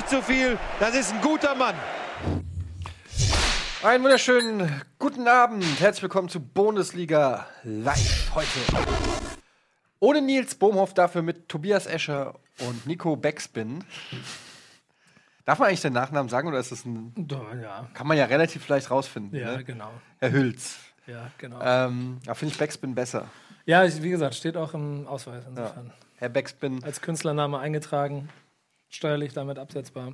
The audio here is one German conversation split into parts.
nicht zu viel. Das ist ein guter Mann. Einen wunderschönen guten Abend. Herzlich willkommen zu Bundesliga Live heute. Ohne Nils Bohmhoff, dafür mit Tobias Escher und Nico Backspin. Darf man eigentlich den Nachnamen sagen oder ist das ein. Ja. Kann man ja relativ leicht rausfinden. Ja, ne? genau. Herr Hülz. Ja, genau. Da finde ich Backspin besser. Ja, wie gesagt, steht auch im Ausweis insofern. Ja. Herr Backspin. Als Künstlername eingetragen, steuerlich damit absetzbar.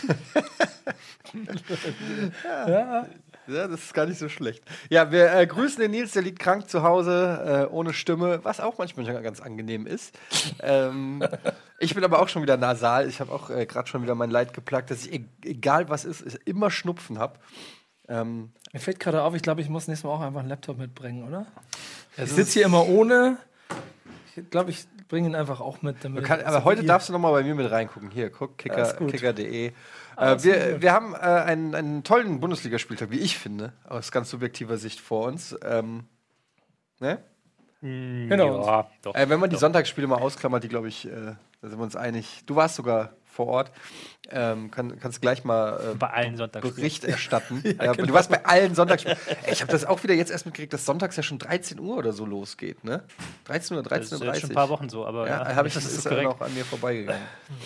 Ja, das ist gar nicht so schlecht. Ja, wir grüßen den Nils, der liegt krank zu Hause, ohne Stimme, was auch manchmal ganz angenehm ist. Ich bin aber auch schon wieder nasal. Ich habe auch gerade schon wieder mein Leid geplagt, dass ich, egal was ist, immer Schnupfen habe. Mir fällt gerade auf, ich glaube, ich muss nächstes Mal auch einfach einen Laptop mitbringen, oder? Ich sitze hier immer ohne. Ich glaube, ich bringe ihn einfach auch mit. Damit Aber heute darfst du noch mal bei mir mit reingucken. Hier, guck, kicker.de. Wir haben einen tollen Bundesligaspieltag, wie ich finde, aus ganz subjektiver Sicht vor uns. Ne? Genau. Ja, doch. Wenn man die Sonntagsspiele mal ausklammert, die, glaube ich, da sind wir uns einig. Du warst sogar vor Ort. Kannst gleich mal bei allen Sonntagsspielen Bericht erstatten. Genau. Du warst bei allen Sonntagsspielen. Ich habe das auch wieder jetzt erst mitgekriegt, dass sonntags ja schon 13 Uhr oder so losgeht, ne? 13 Uhr, 13.30 Uhr. Das ist schon ein paar Wochen so, aber ja, ja, das ist noch an mir vorbeigegangen.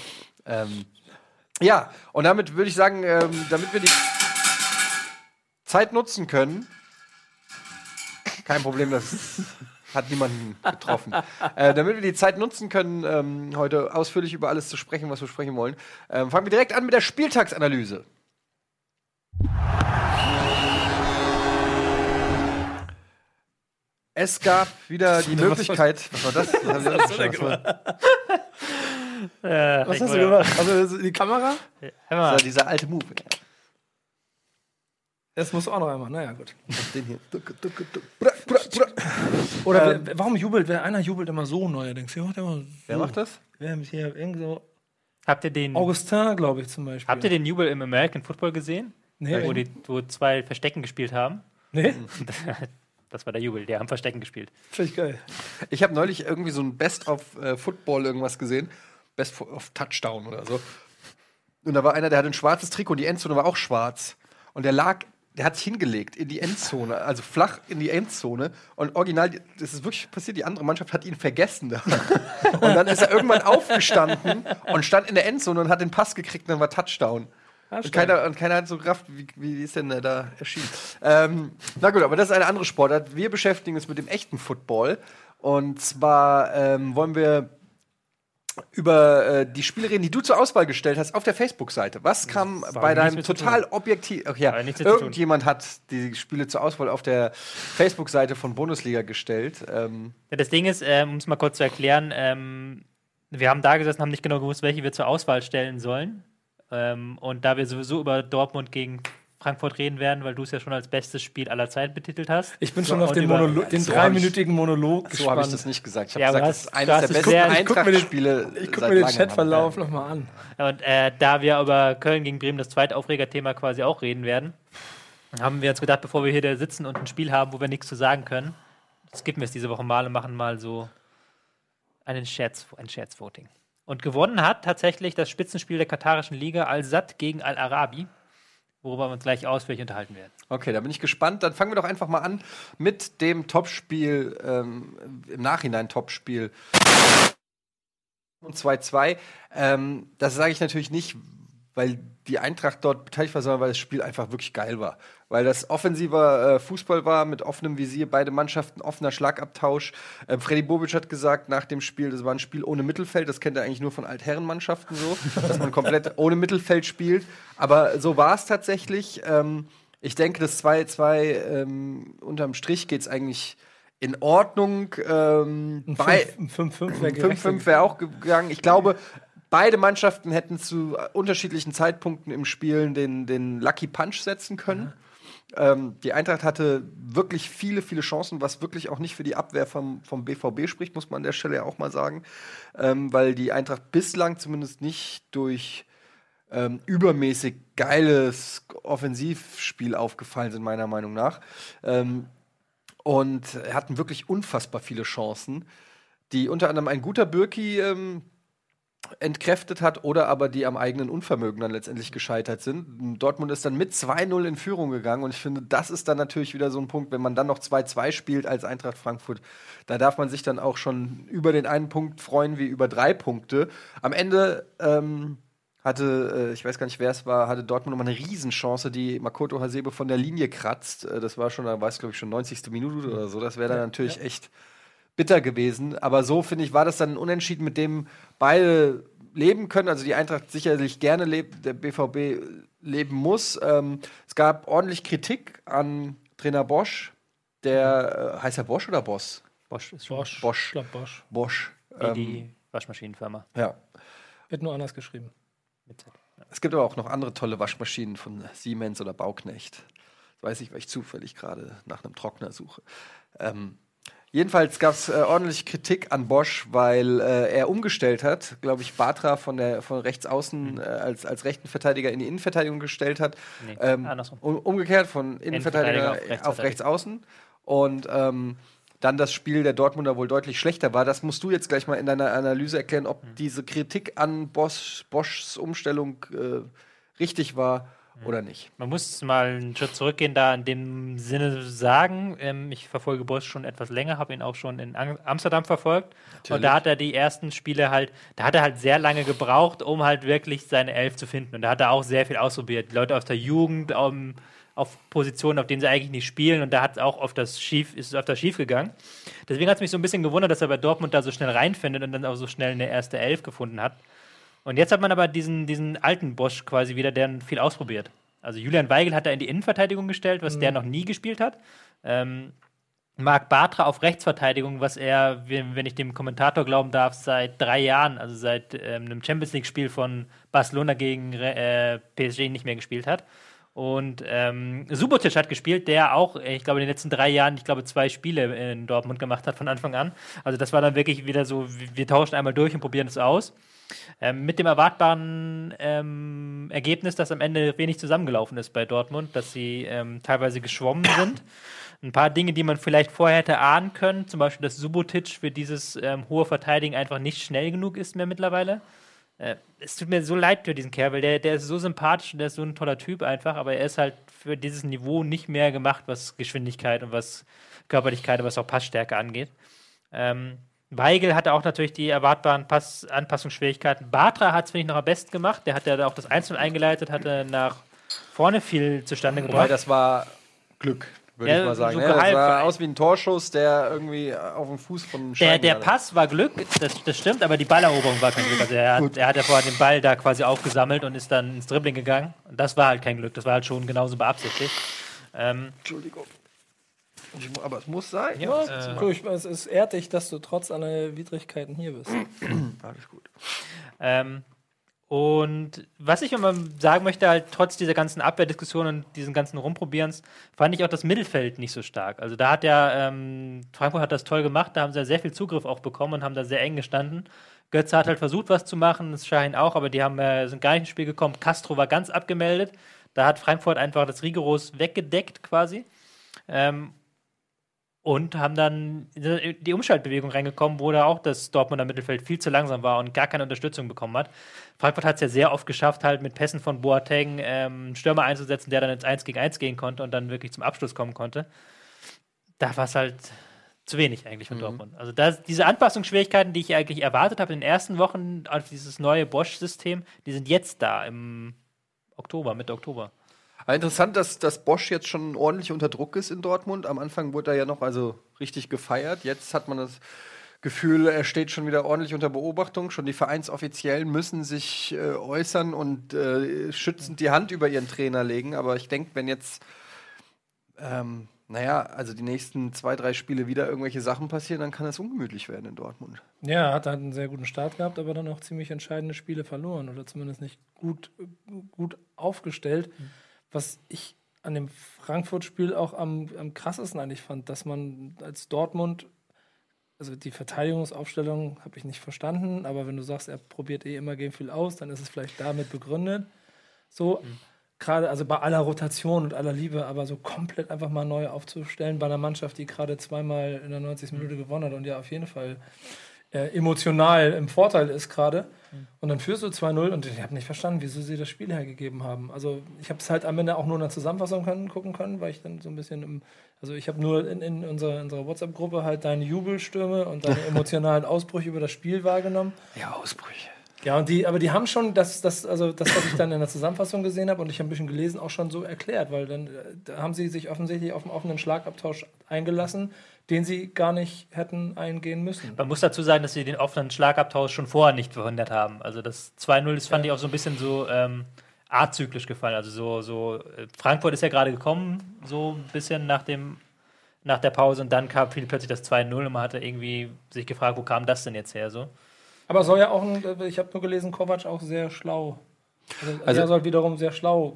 Ja, und damit würde ich sagen, damit wir die Zeit nutzen können, kein Problem, das hat niemanden getroffen. Damit wir die Zeit nutzen können, heute ausführlich über alles zu sprechen, was wir sprechen wollen, fangen wir direkt an mit der Spieltagsanalyse. Es gab wieder die Möglichkeit. Was war das? Was hast du gemacht? Also die Kamera? Hör mal. Das war dieser alte Move. Das muss auch noch einmal. Naja, gut. Den hier. Oder warum jubelt? Einer jubelt immer so neuerdings. Wer macht das? Wer hier irgendwo. Habt ihr den Augustin, glaube ich, zum Beispiel. Habt ihr den Jubel im American Football gesehen? Nee. Wo zwei Verstecken gespielt haben? Nee? Das war der Jubel, die haben Verstecken gespielt. Finde ich geil. Ich habe neulich irgendwie so ein Best of Football irgendwas gesehen. Best of Touchdown oder so. Und da war einer, der hatte ein schwarzes Trikot und die Endzone war auch schwarz. Und der hat sich hingelegt in die Endzone, also flach in die Endzone. Und original, das ist wirklich passiert, die andere Mannschaft hat ihn vergessen. Da. Und dann ist er irgendwann aufgestanden und stand in der Endzone und hat den Pass gekriegt und dann war Touchdown. Und keiner hat so gerafft, wie ist denn der da erschienen. Na gut, aber das ist eine andere Sportart. Wir beschäftigen uns mit dem echten Football. Und zwar wollen wir über die Spiele reden, die du zur Auswahl gestellt hast auf der Facebook-Seite. Was kam bei deinem total objektiv... Ach ja, irgendjemand hat die Spiele zur Auswahl auf der Facebook-Seite von Bundesliga gestellt. Ja, das Ding ist, um es mal kurz zu erklären, wir haben da gesessen, haben nicht genau gewusst, welche wir zur Auswahl stellen sollen. Und da wir sowieso über Dortmund gegen Frankfurt reden werden, weil du es ja schon als bestes Spiel aller Zeiten betitelt hast. Ich bin schon auf den 3-minütigen Monolog gespannt. So habe ich das nicht gesagt. Ich habe Ja, gesagt, das ist eines der besten Eintracht-Spiele. Ich gucke mir den Chatverlauf nochmal an. Und da wir über Köln gegen Bremen, das zweite Aufregerthema, quasi auch reden werden, haben wir uns gedacht, bevor wir hier da sitzen und ein Spiel haben, wo wir nichts zu sagen können, skippen wir es diese Woche mal und machen mal so ein Scherzvoting. Und gewonnen hat tatsächlich das Spitzenspiel der katarischen Liga Al-Sadd gegen Al-Arabi, worüber wir uns gleich ausführlich unterhalten werden. Okay, da bin ich gespannt. Dann fangen wir doch einfach mal an mit dem Topspiel, im Nachhinein Topspiel 2-2. Das sage ich natürlich nicht, weil die Eintracht dort beteiligt war, sondern weil das Spiel einfach wirklich geil war. Weil das offensiver Fußball war, mit offenem Visier, beide Mannschaften, offener Schlagabtausch. Freddy Bobic hat gesagt nach dem Spiel, das war ein Spiel ohne Mittelfeld. Das kennt er eigentlich nur von Altherrenmannschaften so, dass man komplett ohne Mittelfeld spielt. Aber so war es tatsächlich. Ich denke, das 2-2 unterm Strich geht es eigentlich in Ordnung. Ein 5-5 wäre auch gegangen. Ich glaube, beide Mannschaften hätten zu unterschiedlichen Zeitpunkten im Spiel den Lucky Punch setzen können. Die Eintracht hatte wirklich viele, viele Chancen, was wirklich auch nicht für die Abwehr vom BVB spricht, muss man an der Stelle ja auch mal sagen. Weil die Eintracht bislang zumindest nicht durch übermäßig geiles Offensivspiel aufgefallen sind, meiner Meinung nach. Und hatten wirklich unfassbar viele Chancen, die unter anderem ein guter Bürki entkräftet hat oder aber die am eigenen Unvermögen dann letztendlich gescheitert sind. Dortmund ist dann mit 2-0 in Führung gegangen und ich finde, das ist dann natürlich wieder so ein Punkt, wenn man dann noch 2-2 spielt als Eintracht Frankfurt, da darf man sich dann auch schon über den einen Punkt freuen wie über 3 Punkte. Am Ende hatte, ich weiß gar nicht, wer es war, hatte Dortmund nochmal eine Riesenchance, die Makoto Hasebe von der Linie kratzt. Das war schon, da war es, glaube ich, schon 90. Minute oder so. Das wäre dann natürlich echt bitter gewesen. Aber so, finde ich, war das dann ein Unentschieden, mit dem beide leben können. Also die Eintracht sicherlich gerne lebt, der BVB leben muss. Es gab ordentlich Kritik an Trainer Bosch. Der, heißt er Bosch oder Boss? Bosch ist Bosch. Bosch. Ich glaube Bosch. Bosch. die Waschmaschinenfirma. Ja. Wird nur anders geschrieben. Mit Z. Es gibt aber auch noch andere tolle Waschmaschinen von Siemens oder Bauknecht. Das weiß ich, weil ich zufällig gerade nach einem Trockner suche. Jedenfalls gab es ordentlich Kritik an Bosch, weil er umgestellt hat, glaube ich, Bartra von rechts außen als rechten Verteidiger in die Innenverteidigung gestellt hat. Nee, andersrum. Umgekehrt von Innenverteidiger auf rechts außen. Und dann das Spiel der Dortmunder wohl deutlich schlechter war. Das musst du jetzt gleich mal in deiner Analyse erklären, ob diese Kritik an Boschs Umstellung richtig war oder nicht. Man muss mal einen Schritt zurückgehen, da in dem Sinne sagen, ich verfolge Bosch schon etwas länger, habe ihn auch schon in Amsterdam verfolgt. Natürlich. Und da hat er die ersten Spiele da hat er halt sehr lange gebraucht, um halt wirklich seine Elf zu finden. Und da hat er auch sehr viel ausprobiert. Die Leute aus der Jugend, auf Positionen, auf denen sie eigentlich nicht spielen, und da hat es auch ist es öfter schief gegangen. Deswegen hat es mich so ein bisschen gewundert, dass er bei Dortmund da so schnell reinfindet und dann auch so schnell eine erste Elf gefunden hat. Und jetzt hat man aber diesen alten Bosch quasi wieder, der viel ausprobiert. Also Julian Weigl hat er in die Innenverteidigung gestellt, was der noch nie gespielt hat. Marc Bartra auf Rechtsverteidigung, was er, wenn ich dem Kommentator glauben darf, seit 3 Jahren, also seit einem Champions-League-Spiel von Barcelona gegen PSG nicht mehr gespielt hat. Und Subotic hat gespielt, der auch, ich glaube, in den letzten 3 Jahren, 2 Spiele in Dortmund gemacht hat von Anfang an. Also das war dann wirklich wieder so, wir tauschen einmal durch und probieren es aus. Mit dem erwartbaren Ergebnis, dass am Ende wenig zusammengelaufen ist bei Dortmund, dass sie teilweise geschwommen sind. Ein paar Dinge, die man vielleicht vorher hätte ahnen können, zum Beispiel, dass Subotic für dieses hohe Verteidigen einfach nicht schnell genug ist mehr mittlerweile. Es tut mir so leid für diesen Kerl, weil der ist so sympathisch und der ist so ein toller Typ einfach, aber er ist halt für dieses Niveau nicht mehr gemacht, was Geschwindigkeit und was Körperlichkeit und was auch Passstärke angeht. Weigl hatte auch natürlich die erwartbaren Anpassungsschwierigkeiten. Bartra hat es, finde ich, noch am besten gemacht. Der hat ja auch das 1-0 eingeleitet, hatte nach vorne viel zustande gebracht. Wobei, das war Glück, würde ich mal sagen. So das sah aus wie ein Torschuss, der irgendwie auf dem Fuß von Scheiben Der Pass war Glück, das stimmt, aber die Balleroberung war kein Glück. Also er hat ja vorher den Ball da quasi aufgesammelt und ist dann ins Dribbling gegangen. Und das war halt kein Glück, das war halt schon genauso beabsichtigt. Entschuldigung. Aber es muss sein. Ja, es ehrt dich, dass du trotz aller Widrigkeiten hier bist. Alles gut. Und was ich immer sagen möchte, halt trotz dieser ganzen Abwehrdiskussion und diesen ganzen Rumprobierens, fand ich auch das Mittelfeld nicht so stark. Also da hat Frankfurt hat das toll gemacht, da haben sie ja sehr viel Zugriff auch bekommen und haben da sehr eng gestanden. Götze hat halt versucht, was zu machen, das Schein auch, aber die sind gar nicht ins Spiel gekommen. Castro war ganz abgemeldet. Da hat Frankfurt einfach das rigoros weggedeckt quasi. Und haben dann die Umschaltbewegung reingekommen, wo da auch das Dortmunder Mittelfeld viel zu langsam war und gar keine Unterstützung bekommen hat. Frankfurt hat es ja sehr oft geschafft, halt mit Pässen von Boateng einen Stürmer einzusetzen, der dann ins 1-gegen-1 gehen konnte und dann wirklich zum Abschluss kommen konnte. Da war es halt zu wenig eigentlich von Dortmund. Also diese Anpassungsschwierigkeiten, die ich eigentlich erwartet habe in den ersten Wochen auf dieses neue Bosch-System, die sind jetzt da im Oktober, Mitte Oktober. Aber interessant, dass Bosch jetzt schon ordentlich unter Druck ist in Dortmund. Am Anfang wurde er ja noch richtig gefeiert. Jetzt hat man das Gefühl, er steht schon wieder ordentlich unter Beobachtung. Schon die Vereinsoffiziellen müssen sich äußern und schützend die Hand über ihren Trainer legen. Aber ich denke, wenn jetzt die nächsten 2-3 Spiele wieder irgendwelche Sachen passieren, dann kann es ungemütlich werden in Dortmund. Ja, er hat halt einen sehr guten Start gehabt, aber dann auch ziemlich entscheidende Spiele verloren oder zumindest nicht gut aufgestellt. Was ich an dem Frankfurt-Spiel auch am krassesten eigentlich fand, dass man als Dortmund, also die Verteidigungsaufstellung habe ich nicht verstanden, aber wenn du sagst, er probiert immer gegen viel aus, dann ist es vielleicht damit begründet. So, gerade, also bei aller Rotation und aller Liebe, aber so komplett einfach mal neu aufzustellen bei einer Mannschaft, die gerade 2-mal in der 90. Minute gewonnen hat und ja auf jeden Fall emotional im Vorteil ist gerade. Und dann führst du 2-0 und ich habe nicht verstanden, wieso sie das Spiel hergegeben haben. Also ich habe es halt am Ende auch nur in der Zusammenfassung gucken können, weil ich dann so ein bisschen also ich habe nur in unserer WhatsApp-Gruppe halt deine Jubelstürme und deine emotionalen Ausbrüche über das Spiel wahrgenommen. Ja, Ausbrüche. Ja, aber die haben schon das, was ich dann in der Zusammenfassung gesehen habe und ich habe ein bisschen gelesen, auch schon so erklärt, weil dann da haben sie sich offensichtlich auf einen offenen Schlagabtausch eingelassen, den sie gar nicht hätten eingehen müssen. Man muss dazu sagen, dass sie den offenen Schlagabtausch schon vorher nicht verhindert haben. Also das 2-0, das fand ich auch so ein bisschen so azyklisch gefallen. Also Frankfurt ist ja gerade gekommen, so ein bisschen nach der Pause und dann kam plötzlich das 2-0 und man hatte irgendwie sich gefragt, wo kam das denn jetzt her so? Aber soll ja auch, ich habe nur gelesen, Kovac auch sehr schlau. Also er soll wiederum sehr schlau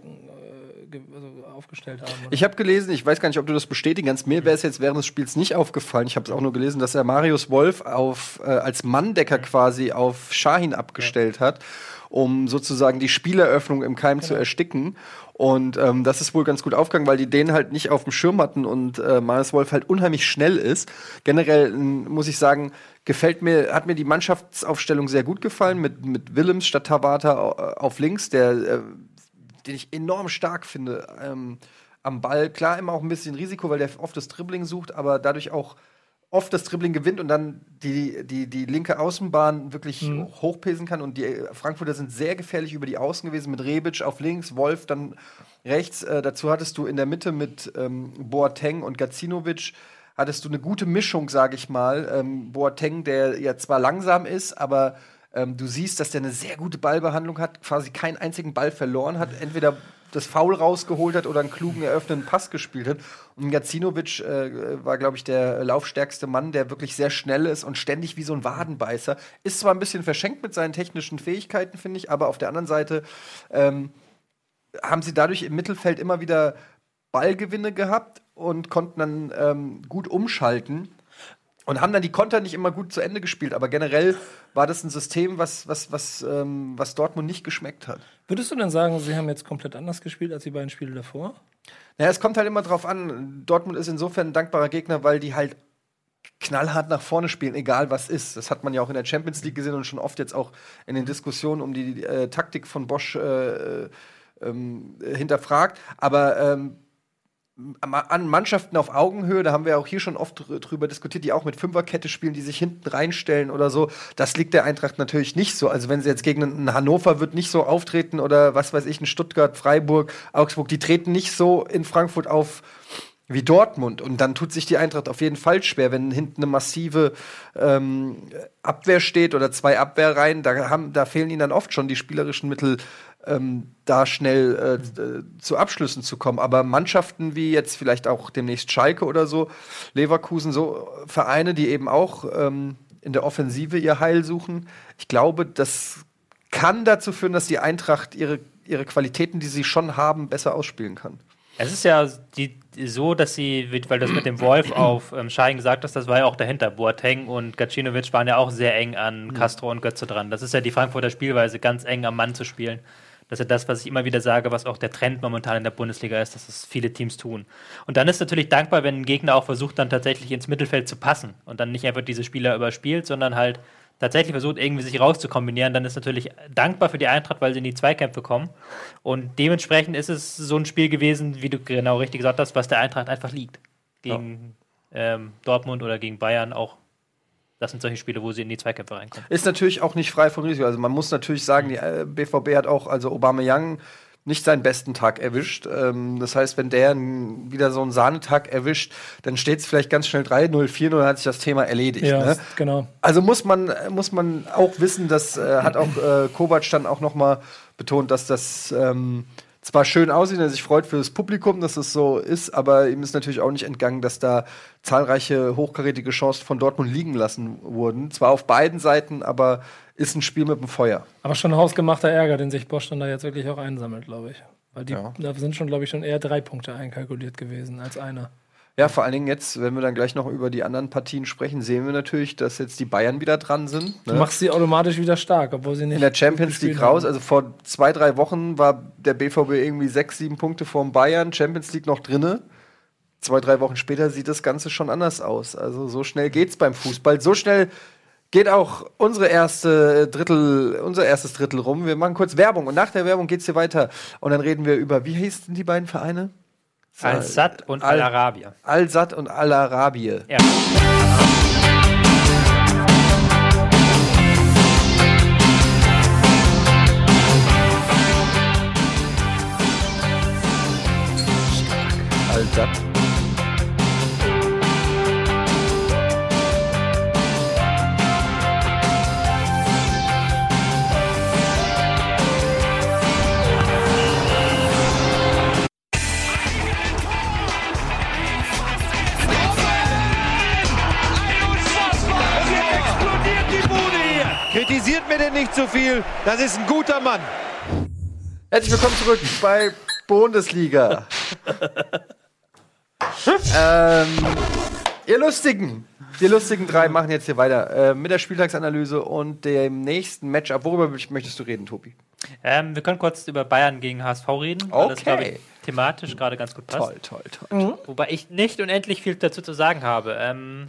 aufgestellt haben. Oder? Ich habe gelesen, ich weiß gar nicht, ob du das bestätigen kannst, mir wäre es jetzt während des Spiels nicht aufgefallen. Ich habe es auch nur gelesen, dass er Marius Wolf als Manndecker quasi auf Şahin abgestellt hat, um sozusagen die Spieleröffnung im Keim zu ersticken. Und das ist wohl ganz gut aufgegangen, weil die den halt nicht auf dem Schirm hatten und Marius Wolf halt unheimlich schnell ist. Generell muss ich sagen, hat mir die Mannschaftsaufstellung sehr gut gefallen mit Willems statt Tabata auf links, den ich enorm stark finde am Ball. Klar, immer auch ein bisschen Risiko, weil der oft das Dribbling sucht, aber dadurch auch oft das Dribbling gewinnt und dann die linke Außenbahn wirklich hochpesen kann. Und die Frankfurter sind sehr gefährlich über die Außen gewesen, mit Rebic auf links, Wolf dann rechts. Dazu hattest du in der Mitte mit Boateng und Gacinovic hattest du eine gute Mischung, sage ich mal. Boateng, der ja zwar langsam ist, aber du siehst, dass der eine sehr gute Ballbehandlung hat, quasi keinen einzigen Ball verloren hat, entweder das Foul rausgeholt hat oder einen klugen eröffnenden Pass gespielt hat. Und Gacinovic war, glaube ich, der laufstärkste Mann, der wirklich sehr schnell ist und ständig wie so ein Wadenbeißer. Ist zwar ein bisschen verschenkt mit seinen technischen Fähigkeiten, finde ich, aber auf der anderen Seite haben sie dadurch im Mittelfeld immer wieder Ballgewinne gehabt und konnten dann gut umschalten. Und haben dann die Konter nicht immer gut zu Ende gespielt, aber generell war das ein System, was Dortmund nicht geschmeckt hat. Würdest du denn sagen, sie haben jetzt komplett anders gespielt als die beiden Spiele davor? Naja, es kommt halt immer drauf an. Dortmund ist insofern ein dankbarer Gegner, weil die halt knallhart nach vorne spielen, egal was ist. Das hat man ja auch in der Champions League gesehen und schon oft jetzt auch in den Diskussionen um die Taktik von Bosch hinterfragt. Aber an Mannschaften auf Augenhöhe, da haben wir auch hier schon oft drüber diskutiert, die auch mit Fünferkette spielen, die sich hinten reinstellen oder so. Das liegt der Eintracht natürlich nicht so. Also wenn sie jetzt gegen einen Hannover wird nicht so auftreten oder was weiß ich, ein Stuttgart, Freiburg, Augsburg, die treten nicht so in Frankfurt auf wie Dortmund. Und dann tut sich die Eintracht auf jeden Fall schwer, wenn hinten eine massive Abwehr steht oder zwei Abwehrreihen. Da fehlen ihnen dann oft schon die spielerischen Mittel, da schnell zu Abschlüssen zu kommen. Aber Mannschaften wie jetzt vielleicht auch demnächst Schalke oder so, Leverkusen, so Vereine, die eben auch in der Offensive ihr Heil suchen, ich glaube, das kann dazu führen, dass die Eintracht ihre Qualitäten, die sie schon haben, besser ausspielen kann. Es ist ja so, dass sie, weil das mit dem Wolf auf Şahin gesagt hast, das war ja auch dahinter. Boateng und Gacinovic waren ja auch sehr eng an Castro und Götze dran. Das ist ja die Frankfurter Spielweise, ganz eng am Mann zu spielen. Das ist ja das, was ich immer wieder sage, was auch der Trend momentan in der Bundesliga ist, dass es viele Teams tun. Und dann ist natürlich dankbar, wenn ein Gegner auch versucht, dann tatsächlich ins Mittelfeld zu passen und dann nicht einfach diese Spieler überspielt, sondern halt tatsächlich versucht, irgendwie sich rauszukombinieren. Dann ist natürlich dankbar für die Eintracht, weil sie in die Zweikämpfe kommen. Und dementsprechend ist es so ein Spiel gewesen, wie du genau richtig gesagt hast, was der Eintracht einfach liegt. Gegen Dortmund oder gegen Bayern auch. Das sind solche Spiele, wo sie in die Zweikämpfe reinkommen. Ist natürlich auch nicht frei von Risiko. Also man muss natürlich sagen, die BVB hat auch, also Aubameyang, nicht seinen besten Tag erwischt. Das heißt, wenn der wieder so einen Sahnetag erwischt, dann steht es vielleicht ganz schnell 3-0, 4-0, dann hat sich das Thema erledigt. Ja, ne? Genau. Also muss man auch wissen, das hat auch Kovac dann auch noch mal betont, dass das zwar schön aussieht, dass er sich freut für das Publikum, dass es so ist, aber ihm ist natürlich auch nicht entgangen, dass da zahlreiche hochkarätige Chancen von Dortmund liegen lassen wurden. Zwar auf beiden Seiten, aber ist ein Spiel mit dem Feuer. Aber schon hausgemachter Ärger, den sich Bosch dann da jetzt wirklich auch einsammelt, glaube ich. Weil da sind schon, glaube ich, schon eher 3 Punkte einkalkuliert gewesen als einer. Ja, vor allen Dingen jetzt, wenn wir dann gleich noch über die anderen Partien sprechen, sehen wir natürlich, dass jetzt die Bayern wieder dran sind. Ne? Du machst sie automatisch wieder stark, obwohl sie nicht in der Champions League raus. Also vor 2-3 Wochen war der BVB irgendwie 6-7 Punkte vorm Bayern, Champions League noch drinne. 2-3 Wochen später sieht das Ganze schon anders aus. Also so schnell geht's beim Fußball. So schnell geht auch unser erstes Drittel rum. Wir machen kurz Werbung und nach der Werbung geht's hier weiter. Und dann reden wir über, wie hießen die beiden Vereine? Al-Sadd und Al-Arabiya. Al-Sadd und Al-Arabiya. Ja. Al-Sadd. Kritisiert mir denn nicht so viel. Das ist ein guter Mann. Herzlich willkommen zurück bei Bundesliga. Die lustigen drei machen jetzt hier weiter mit der Spieltagsanalyse und dem nächsten Matchup. Worüber möchtest du reden, Tobi? Wir können kurz über Bayern gegen HSV reden, weil das, glaube ich, thematisch gerade ganz gut passt. Toll. Wobei ich nicht unendlich viel dazu zu sagen habe.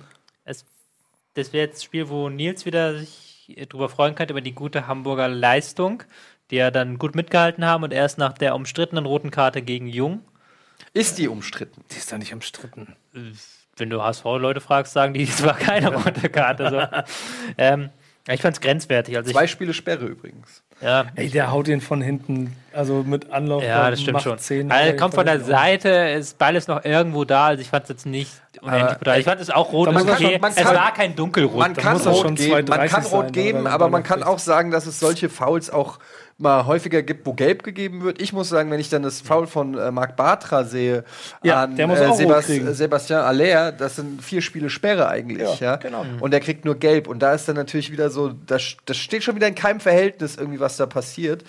Das wäre jetzt ein Spiel, wo Nils wieder sich drüber freuen könnte, über die gute Hamburger Leistung, die ja dann gut mitgehalten haben und erst nach der umstrittenen roten Karte gegen Jung. Ist die umstritten? Die ist doch nicht umstritten. Wenn du HSV-Leute fragst, sagen die, es war keine rote Karte. So. Ich fand es grenzwertig. Also 2 Spiele Sperre übrigens. Ja. Ey, der haut ihn von hinten, also mit Anlauf. Ja, das stimmt schon. 10, also, kommt von der Seite, das Ball ist noch irgendwo da, also ich fand es jetzt nicht unendlich brutal. Ich fand es auch rot, es war kein Dunkelrot. Man kann muss rot geben, aber man kann auch sagen, dass es solche Fouls auch mal häufiger gibt, wo gelb gegeben wird. Ich muss sagen, wenn ich dann das Foul von Marc Bartra sehe an der muss auch Sebastian Aller, das sind 4 Spiele Sperre eigentlich. Ja, genau. Und der kriegt nur gelb. Und da ist dann natürlich wieder so, das steht schon wieder in keinem Verhältnis irgendwie, was da passiert.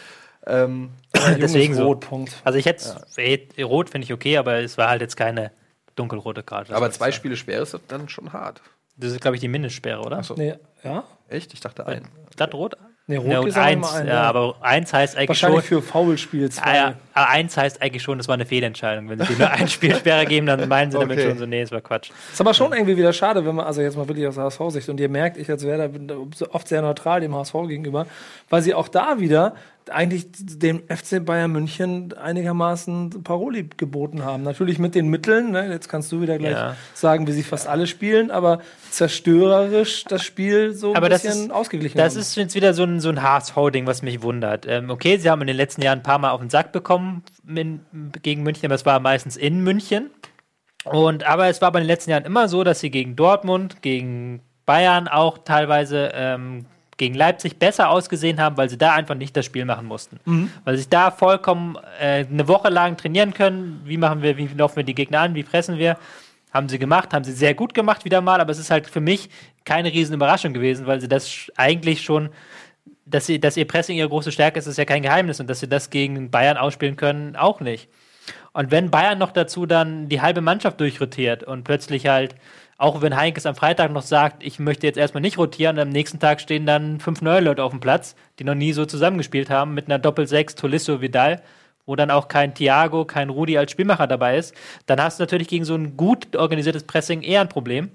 Deswegen so. Rotpunkt. Also ich hätte rot finde ich okay, aber es war halt jetzt keine dunkelrote Karte. Aber 2 Spiele Sperre ist dann schon hart. Das ist, glaube ich, die Mindestsperre, oder? Achso. Nee, ja? Echt? Ich dachte 1. Glattrot? Nee, rot Ja, und ist 1, immer ein, ja, aber 1 heißt eigentlich wahrscheinlich schon. für Foulspiel 2. Ja, aber 1 heißt eigentlich schon, das war eine Fehlentscheidung. Wenn sie nur ein Spielsperre geben, dann meinen sie damit schon so, nee, das war Quatsch. Ist aber schon irgendwie wieder schade, wenn man, also jetzt mal wirklich aus HSV-Sicht, und ihr merkt, ich als Werder bin oft sehr neutral dem HSV gegenüber, weil sie auch da wieder eigentlich dem FC Bayern München einigermaßen Paroli geboten haben. Natürlich mit den Mitteln, ne? Jetzt kannst du wieder gleich sagen, wie sie fast alle spielen, aber zerstörerisch das Spiel so ein bisschen ausgeglichen haben. Das ist jetzt wieder so ein HSV-Ding, was mich wundert. Okay, sie haben in den letzten Jahren ein paar Mal auf den Sack bekommen gegen München, aber es war meistens in München. Aber es war bei den letzten Jahren immer so, dass sie gegen Dortmund, gegen Bayern auch teilweise gegen Leipzig besser ausgesehen haben, weil sie da einfach nicht das Spiel machen mussten. Weil sie sich da vollkommen eine Woche lang trainieren können. Wie laufen wir die Gegner an, wie pressen wir? Haben sie gemacht, haben sie sehr gut gemacht wieder mal, aber es ist halt für mich keine riesen Überraschung gewesen, weil sie das eigentlich schon, dass ihr Pressing ihre große Stärke ist, ist ja kein Geheimnis und dass sie das gegen Bayern ausspielen können, auch nicht. Und wenn Bayern noch dazu dann die halbe Mannschaft durchrotiert und plötzlich halt, auch wenn Heinkes am Freitag noch sagt, ich möchte jetzt erstmal nicht rotieren, und am nächsten Tag stehen dann 5 neue Leute auf dem Platz, die noch nie so zusammengespielt haben, mit einer Doppel-6, Tolisso, Vidal, wo dann auch kein Thiago, kein Rudi als Spielmacher dabei ist, dann hast du natürlich gegen so ein gut organisiertes Pressing eher ein Problem.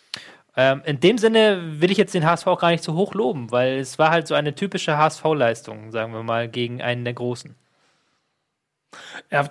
In dem Sinne will ich jetzt den HSV auch gar nicht so hoch loben, weil es war halt so eine typische HSV-Leistung, sagen wir mal, gegen einen der Großen. Ja,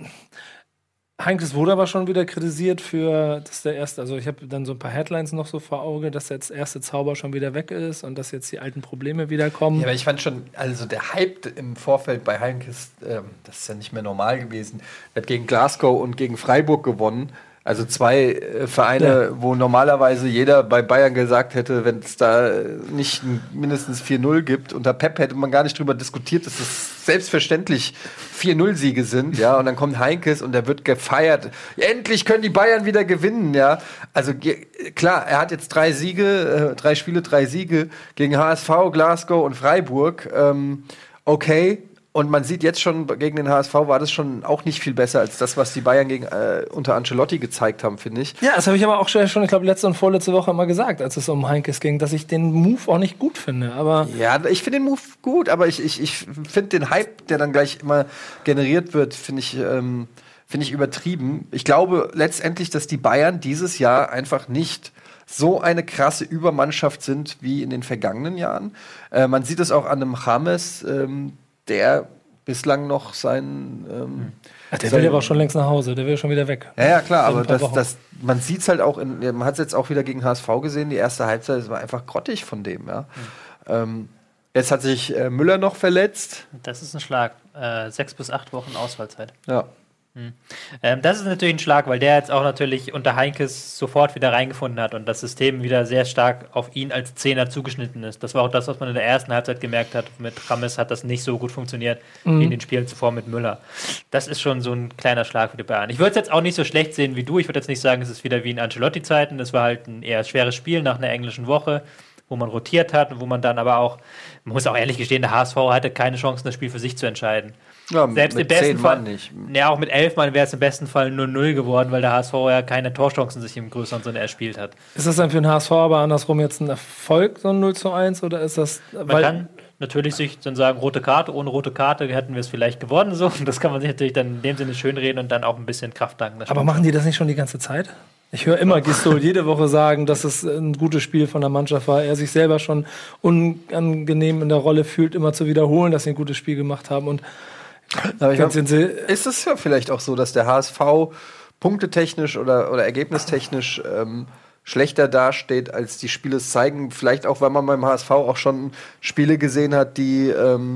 Heinkes wurde aber schon wieder kritisiert für, dass der erste, also ich habe dann so ein paar Headlines noch so vor Auge, dass jetzt der erste Zauber schon wieder weg ist und dass jetzt die alten Probleme wieder kommen. Ja, aber ich fand schon, also der Hype im Vorfeld bei Heinkes, das ist ja nicht mehr normal gewesen. Er hat gegen Glasgow und gegen Freiburg gewonnen. Also 2 Vereine, wo normalerweise jeder bei Bayern gesagt hätte, wenn es da nicht mindestens 4-0 gibt. Unter Pep hätte man gar nicht drüber diskutiert, dass es selbstverständlich 4-0-Siege sind. Ja, und dann kommt Heinkes und der wird gefeiert. Endlich können die Bayern wieder gewinnen. Ja, also klar, er hat jetzt 3 Siege, 3 Spiele, 3 Siege gegen HSV, Glasgow und Freiburg. Okay. Und man sieht jetzt schon, gegen den HSV war das schon auch nicht viel besser als das, was die Bayern unter Ancelotti gezeigt haben, finde ich. Ja, das habe ich aber auch schon, ich glaube, letzte und vorletzte Woche immer gesagt, als es um Heinkes ging, dass ich den Move auch nicht gut finde. Aber ja, ich finde den Move gut, aber ich finde den Hype, der dann gleich immer generiert wird, finde ich übertrieben. Ich glaube letztendlich, dass die Bayern dieses Jahr einfach nicht so eine krasse Übermannschaft sind wie in den vergangenen Jahren. Man sieht es auch an einem James, der bislang noch seinen der will aber auch schon längst nach Hause, der will schon wieder weg. Ja, klar, aber man sieht es halt auch, man hat es jetzt auch wieder gegen HSV gesehen, die erste Halbzeit, es war einfach grottig von dem, ja. Jetzt hat sich Müller noch verletzt. Das ist ein Schlag. 6 bis 8 Wochen Ausfallzeit. Ja. Das ist natürlich ein Schlag, weil der jetzt auch natürlich unter Heinkes sofort wieder reingefunden hat und das System wieder sehr stark auf ihn als Zehner zugeschnitten ist. Das war auch das, was man in der ersten Halbzeit gemerkt hat. Mit James hat das nicht so gut funktioniert wie in den Spielen zuvor mit Müller. Das ist schon so ein kleiner Schlag für die Bayern. Ich würde es jetzt auch nicht so schlecht sehen wie du. Ich würde jetzt nicht sagen, es ist wieder wie in Ancelotti-Zeiten. Das war halt ein eher schweres Spiel nach einer englischen Woche, wo man rotiert hat und wo man dann aber auch, man muss auch ehrlich gestehen, der HSV hatte keine Chance, das Spiel für sich zu entscheiden. Ja, selbst mit im besten 10 Fall Mann nicht. Ja, auch mit 11 Mann wäre es im besten Fall 0-0 geworden, weil der HSV ja keine Torchancen sich im größeren Sinne erspielt hat. Ist das dann für den HSV aber andersrum jetzt ein Erfolg, so ein 0:1, oder ist das... Man kann natürlich sich dann sagen, rote Karte, ohne rote Karte hätten wir es vielleicht gewonnen, so. Und das kann man sich natürlich dann in dem Sinne schönreden und dann auch ein bisschen Kraft danken. Aber machen die das nicht schon die ganze Zeit? Ich höre immer Gistol jede Woche sagen, dass es ein gutes Spiel von der Mannschaft war. Er sich selber schon unangenehm in der Rolle fühlt, immer zu wiederholen, dass sie ein gutes Spiel gemacht haben. Und aber ist es ja vielleicht auch so, dass der HSV punktetechnisch oder ergebnistechnisch schlechter dasteht, als die Spiele es zeigen. Vielleicht auch, weil man beim HSV auch schon Spiele gesehen hat, die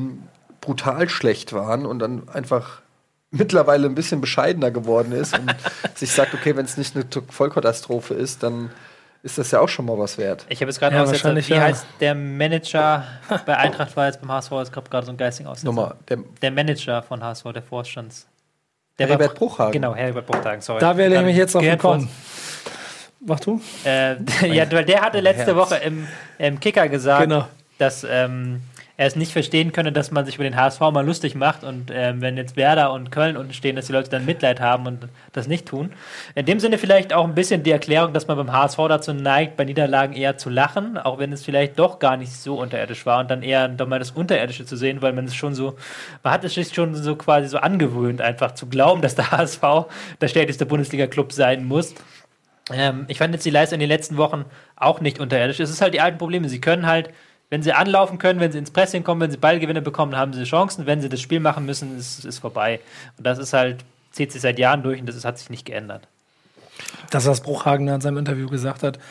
brutal schlecht waren und dann einfach mittlerweile ein bisschen bescheidener geworden ist und sich sagt, okay, wenn es nicht eine Vollkatastrophe ist, dann ist das ja auch schon mal was wert. Ich habe jetzt gerade wie heißt der Manager bei Eintracht war jetzt beim HSV, es gab gerade so ein geistigen Aussetzer. Der Manager von HSV, der Vorstands. Herbert Bruchhagen. Genau, Herbert Bruchhagen, sorry. Da wäre ich mich jetzt noch gekommen. Mach du? Ja, weil der hatte letzte Woche im Kicker gesagt, dass er es nicht verstehen könne, dass man sich über den HSV mal lustig macht und wenn jetzt Werder und Köln unten stehen, dass die Leute dann Mitleid haben und das nicht tun. In dem Sinne vielleicht auch ein bisschen die Erklärung, dass man beim HSV dazu neigt, bei Niederlagen eher zu lachen, auch wenn es vielleicht doch gar nicht so unterirdisch war und dann eher doch mal das Unterirdische zu sehen, weil man es schon so, man hat es sich schon so quasi so angewöhnt, einfach zu glauben, dass der HSV der stärkste Bundesliga-Club sein muss. Ich fand jetzt die Leistung in den letzten Wochen auch nicht unterirdisch. Es ist halt die alten Probleme. Sie können halt, wenn sie anlaufen können, wenn sie ins Pressing kommen, wenn sie Ballgewinne bekommen, haben sie Chancen. Wenn sie das Spiel machen müssen, ist es vorbei. Und das ist halt, zieht sich seit Jahren durch und das hat sich nicht geändert. Das, was Bruchhagen in seinem Interview gesagt hat,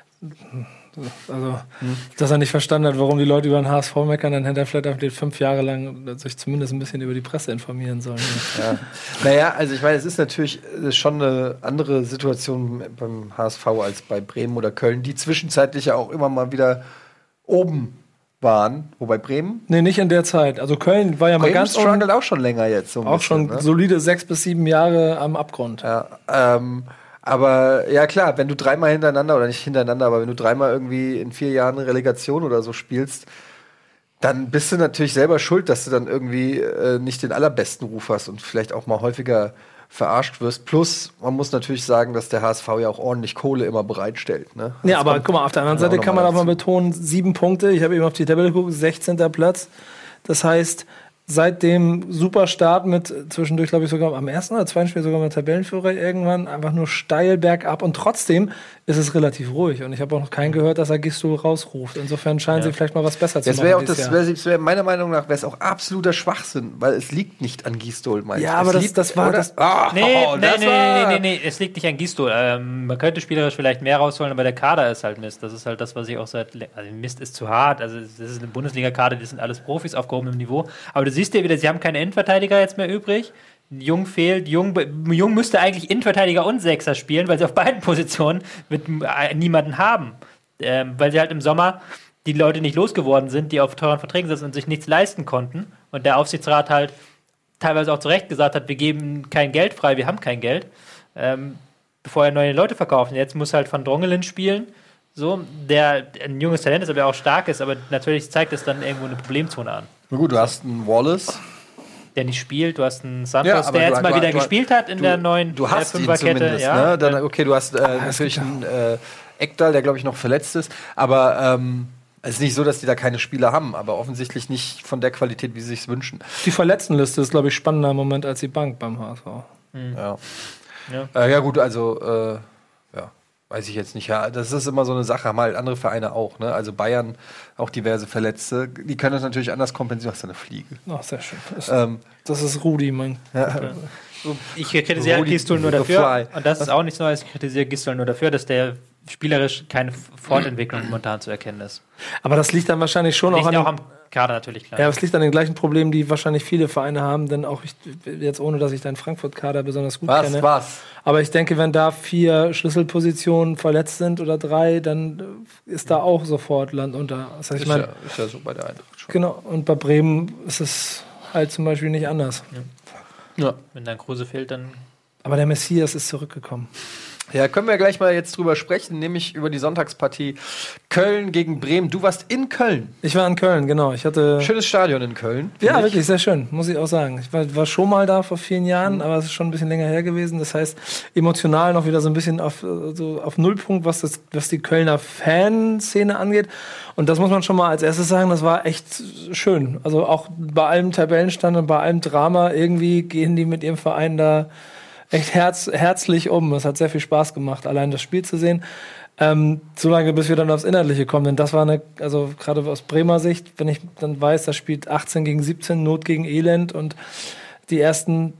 also, dass er nicht verstanden hat, warum die Leute über den HSV meckern, dann hätte er vielleicht 5 Jahre lang sich zumindest ein bisschen über die Presse informieren sollen. Ja. Naja, also ich meine, es ist natürlich schon eine andere Situation beim HSV als bei Bremen oder Köln, die zwischenzeitlich ja auch immer mal wieder oben waren. Wobei Bremen? Nee, nicht in der Zeit. Also Köln war ja Bremen mal ganz struggelt auch schon länger jetzt. So auch bisschen, schon solide 6 bis 7 Jahre am Abgrund. Ja, aber ja klar, wenn du dreimal hintereinander, oder nicht hintereinander, aber wenn du dreimal irgendwie in 4 Jahren eine Relegation oder so spielst, dann bist du natürlich selber schuld, dass du dann irgendwie nicht den allerbesten Ruf hast und vielleicht auch mal häufiger verarscht wirst. Plus, man muss natürlich sagen, dass der HSV ja auch ordentlich Kohle immer bereitstellt. Ne? Ja, aber guck mal, auf der anderen Seite kann man auch mal betonen, 7 Punkte, ich habe eben auf die Tabelle geguckt, 16. Platz. Das heißt, seit dem Superstart mit zwischendurch, glaube ich, sogar am ersten oder zweiten Spiel sogar mit Tabellenführer irgendwann einfach nur steil bergab und trotzdem ist es relativ ruhig und ich habe auch noch keinen gehört, dass er Gistol rausruft. Insofern scheinen sie vielleicht mal was besser zu machen. Das wäre meiner Meinung nach wäre es auch absoluter Schwachsinn, weil es liegt nicht an Gistol, meinst du? Ja, aber das war das. Nee, es liegt nicht an Gistol. Man könnte spielerisch vielleicht mehr rausholen, aber der Kader ist halt Mist. Das ist halt das, was ich auch also Mist ist zu hart. Also das ist eine Bundesliga-Kader, die sind alles Profis auf gehobenem Niveau. Aber du siehst ja wieder, sie haben keine Innenverteidiger jetzt mehr übrig. Jung fehlt. Jung müsste eigentlich Innenverteidiger und Sechser spielen, weil sie auf beiden Positionen mit niemanden haben. Weil sie halt im Sommer die Leute nicht losgeworden sind, die auf teuren Verträgen sitzen und sich nichts leisten konnten. Und der Aufsichtsrat halt teilweise auch zu Recht gesagt hat, wir geben kein Geld frei, wir haben kein Geld, bevor er neue Leute verkauft. Und jetzt muss halt Van Drongelen spielen, so, der ein junges Talent ist, aber auch stark ist, aber natürlich zeigt es dann irgendwo eine Problemzone an. Na gut, du hast einen Wallace, der nicht spielt, du hast einen Santos, der jetzt mal wieder gespielt hat in der neuen Fünferkette. Ja, ne? Dann, okay, du hast natürlich einen Ekdal, der glaube ich noch verletzt ist, aber es ist nicht so, dass die da keine Spieler haben, aber offensichtlich nicht von der Qualität, wie sie sich wünschen. Die Verletztenliste ist, glaube ich, spannender im Moment als die Bank beim HSV. Ja gut, also Weiß ich jetzt nicht. Ja, das ist immer so eine Sache, haben halt andere Vereine auch. Ne? Also Bayern, auch diverse Verletzte. Die können das natürlich anders kompensieren. Was ist eine Fliege? Ach, sehr schön. Das ist Rudi, mein. Ja. Ich kritisiere Gisdol nur dafür, und das ist auch nichts Neues, ich kritisiere Gisdol nur dafür, dass der spielerisch keine Fortentwicklung momentan zu erkennen ist. Aber das liegt dann wahrscheinlich schon Liegt auch auch am Kader natürlich, klar. Ja, das liegt an den gleichen Problemen, die wahrscheinlich viele Vereine haben, denn auch jetzt ohne, dass ich deinen Frankfurt-Kader besonders gut kenne. Aber ich denke, wenn da 4 Schlüsselpositionen verletzt sind oder 3, dann ist da auch sofort Land unter. Das heißt, ist ja so bei der Eintracht schon. Genau, und bei Bremen ist es halt zum Beispiel nicht anders. Ja. Wenn dann Kruse fehlt, dann... Aber der Messias ist zurückgekommen. Ja, können wir gleich mal jetzt drüber sprechen, nämlich über die Sonntagspartie Köln gegen Bremen. Du warst in Köln. Ich war in Köln, genau. Ich hatte schönes Stadion in Köln. Ja, wirklich, sehr schön, muss ich auch sagen. Ich war schon mal da vor vielen Jahren, aber es ist schon ein bisschen länger her gewesen. Das heißt, emotional noch wieder so ein bisschen auf Nullpunkt, was die Kölner Fanszene angeht. Und das muss man schon mal als erstes sagen, das war echt schön. Also auch bei allem Tabellenstand und bei allem Drama, irgendwie gehen die mit ihrem Verein da echt herzlich um. Es hat sehr viel Spaß gemacht, allein das Spiel zu sehen. Solange bis wir dann aufs Inhaltliche kommen. Denn das war also gerade aus Bremer Sicht, wenn ich dann weiß, das spielt 18 gegen 17, Not gegen Elend und die ersten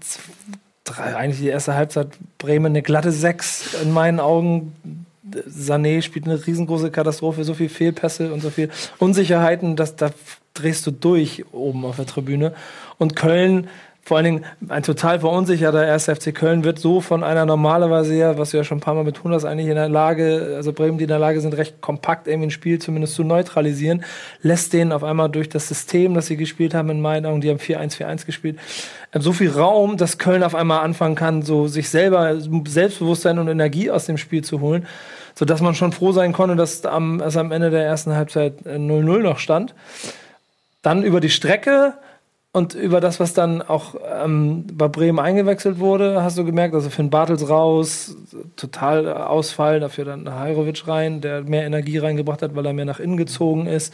3, eigentlich die erste Halbzeit Bremen eine glatte 6 in meinen Augen. Sané spielt eine riesengroße Katastrophe, so viel Fehlpässe und so viel Unsicherheiten, da drehst du durch oben auf der Tribüne. Und Köln, vor allen Dingen ein total verunsicherter 1. FC Köln wird so von einer normalerweise ja, was du ja schon ein paar Mal betont hast, eigentlich in der Lage, also Bremen, die in der Lage sind, recht kompakt irgendwie ein Spiel zumindest zu neutralisieren, lässt denen auf einmal durch das System, das sie gespielt haben, in meinen Augen, die haben 4-1-4-1 gespielt, so viel Raum, dass Köln auf einmal anfangen kann, so sich selber Selbstbewusstsein und Energie aus dem Spiel zu holen, sodass man schon froh sein konnte, dass am Ende der ersten Halbzeit 0-0 noch stand. Dann über die Strecke und über das, was dann auch bei Bremen eingewechselt wurde, hast du gemerkt, also Finn Bartels raus, total Ausfall, dafür dann Hajrovic rein, der mehr Energie reingebracht hat, weil er mehr nach innen gezogen ist.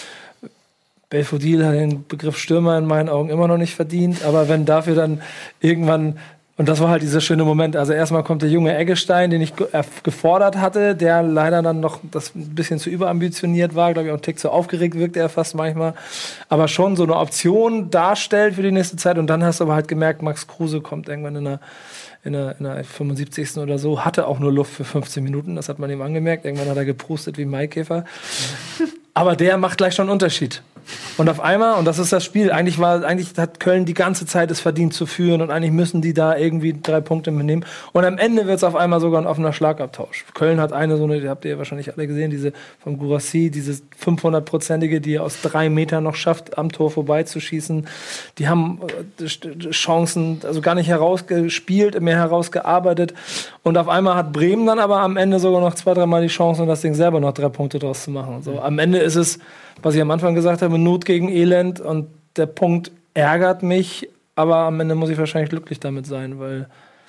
Belfodil hat den Begriff Stürmer in meinen Augen immer noch nicht verdient, aber wenn dafür dann irgendwann, und das war halt dieser schöne Moment, also erstmal kommt der junge Eggestein, den ich gefordert hatte, der leider dann noch das ein bisschen zu überambitioniert war, glaube ich, auch einen Tick zu aufgeregt wirkte er fast manchmal, aber schon so eine Option darstellt für die nächste Zeit. Und dann hast du aber halt gemerkt, Max Kruse kommt irgendwann in der 75. oder so, hatte auch nur Luft für 15 Minuten, das hat man ihm angemerkt, irgendwann hat er geprustet wie Maikäfer. Aber der macht gleich schon einen Unterschied. Und auf einmal, und das ist das Spiel, eigentlich hat Köln die ganze Zeit es verdient zu führen und eigentlich müssen die da irgendwie 3 Punkte mitnehmen. Und am Ende wird es auf einmal sogar ein offener Schlagabtausch. Köln hat die habt ihr ja wahrscheinlich alle gesehen, diese vom Guirassy, diese 500-prozentige, die er aus 3 Metern noch schafft, am Tor vorbeizuschießen. Die haben Chancen, also gar nicht herausgespielt, mehr herausgearbeitet. Und auf einmal hat Bremen dann aber am Ende sogar noch 2-3 Mal die Chance, das Ding selber noch 3 Punkte draus zu machen. So, am Ende ist es, was ich am Anfang gesagt habe, Not gegen Elend, und der Punkt ärgert mich, aber am Ende muss ich wahrscheinlich glücklich damit sein, weil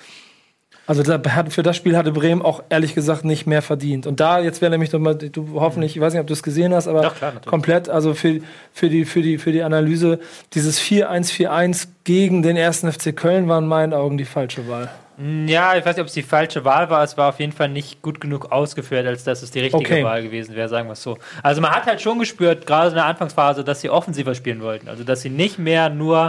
also für das Spiel hatte Bremen auch ehrlich gesagt nicht mehr verdient. Und da, jetzt wäre nämlich nochmal, du hoffentlich, ich weiß nicht, ob du es gesehen hast, aber doch, klar, komplett, also für die Analyse, dieses 4-1-4-1 gegen den 1. FC Köln war in meinen Augen die falsche Wahl. Ja, ich weiß nicht, ob es die falsche Wahl war. Es war auf jeden Fall nicht gut genug ausgeführt, als dass es die richtige Wahl gewesen wäre, sagen wir es so. Also man hat halt schon gespürt, gerade in der Anfangsphase, dass sie offensiver spielen wollten. Also dass sie nicht mehr nur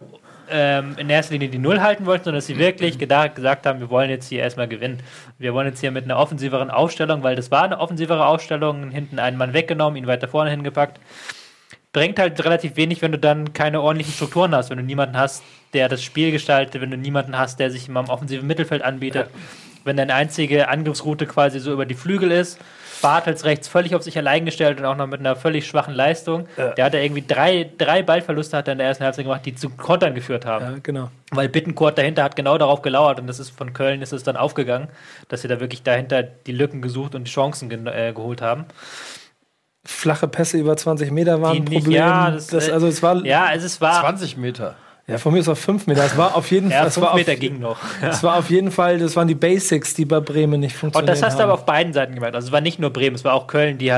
in erster Linie die Null halten wollten, sondern dass sie wirklich gesagt haben, wir wollen jetzt hier erstmal gewinnen. Wir wollen jetzt hier mit einer offensiveren Aufstellung, weil das war eine offensivere Aufstellung, hinten einen Mann weggenommen, ihn weiter vorne hingepackt. Bringt halt relativ wenig, wenn du dann keine ordentlichen Strukturen hast, wenn du niemanden hast, der das Spiel gestaltet, wenn du niemanden hast, der sich immer im offensiven Mittelfeld anbietet, wenn deine einzige Angriffsroute quasi so über die Flügel ist. Bartels rechts völlig auf sich allein gestellt und auch noch mit einer völlig schwachen Leistung. Der hat ja irgendwie drei Ballverluste hat er in der ersten Halbzeit gemacht, die zu Kontern geführt haben. Ja, genau. Weil Bittencourt dahinter hat genau darauf gelauert, und das ist von Köln ist es dann aufgegangen, dass sie da wirklich dahinter die Lücken gesucht und die Chancen geholt haben. Flache Pässe über 20 Meter waren ein Problem. Ja, es war 20 Meter. Ja, von mir ist auf 5 Meter. Es war auf jeden Fall. 5 Meter ging noch. Es war auf jeden Fall, das waren die Basics, die bei Bremen nicht funktioniert haben. Und das hast du aber auf beiden Seiten gemerkt. Also es war nicht nur Bremen, es war auch Köln, die halt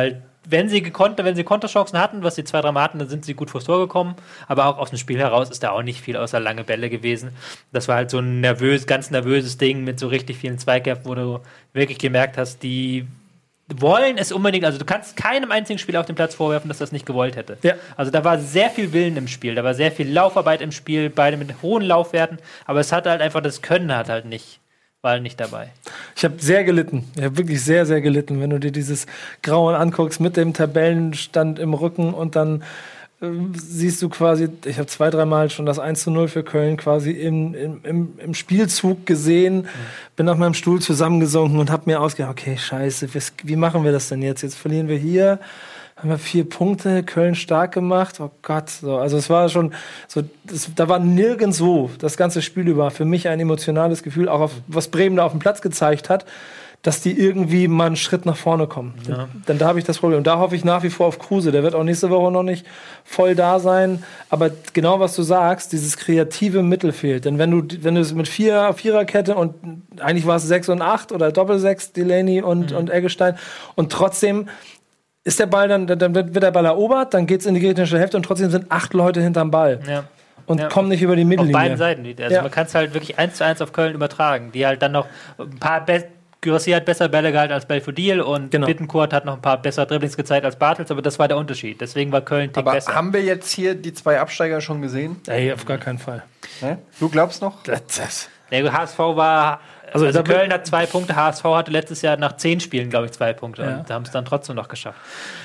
wenn sie Konterchancen hatten, was sie 2-3 Mal hatten, dann sind sie gut vors Tor gekommen. Aber auch aus dem Spiel heraus ist da auch nicht viel außer lange Bälle gewesen. Das war halt so ein ganz nervöses Ding mit so richtig vielen Zweikämpfen, wo du wirklich gemerkt hast, die wollen es unbedingt, also du kannst keinem einzigen Spieler auf dem Platz vorwerfen, dass das nicht gewollt hätte. Ja. Also da war sehr viel Willen im Spiel, da war sehr viel Laufarbeit im Spiel, beide mit hohen Laufwerten, aber es hat halt einfach, das Können war halt nicht dabei. Ich habe sehr gelitten. Ich habe wirklich sehr, sehr gelitten, wenn du dir dieses Grauen anguckst mit dem Tabellenstand im Rücken und dann siehst du quasi, ich habe 2-3 Mal schon das 1:0 für Köln quasi im Spielzug gesehen, bin auf meinem Stuhl zusammengesunken und habe mir ausgedacht, okay, scheiße, wie machen wir das denn jetzt? Jetzt verlieren wir hier, haben wir 4 Punkte, Köln stark gemacht, oh Gott. So, also es war schon, da war nirgendwo das ganze Spiel über für mich ein emotionales Gefühl, auch was Bremen da auf dem Platz gezeigt hat, dass die irgendwie mal einen Schritt nach vorne kommen. Ja. Denn da habe ich das Problem. Und da hoffe ich nach wie vor auf Kruse. Der wird auch nächste Woche noch nicht voll da sein. Aber genau, was du sagst, dieses kreative Mittelfeld. Denn wenn du es mit Viererkette und eigentlich war es 6 und 8 oder Doppel-6, Delaney und Eggestein und trotzdem ist der Ball dann wird der Ball erobert, dann geht es in die gegnerische Hälfte und trotzdem sind 8 Leute hinterm Ball. Ja. Und kommen nicht über die Mittellinie. Auf beiden Seiten. Also man kann es halt wirklich 1:1 auf Köln übertragen. Die halt dann noch ein paar Gyrassi hat besser Bälle gehalten als Belfodil und Bittencourt hat noch ein paar bessere Dribblings gezeigt als Bartels, aber das war der Unterschied. Deswegen war Köln Tick besser. Aber haben wir jetzt hier die 2 Absteiger schon gesehen? Ey, auf gar keinen Fall. Du glaubst noch? Der HSV war... Also Köln hat 2 Punkte, HSV hatte letztes Jahr nach 10 Spielen, glaube ich, 2 Punkte. Ja. Und da haben es dann trotzdem noch geschafft.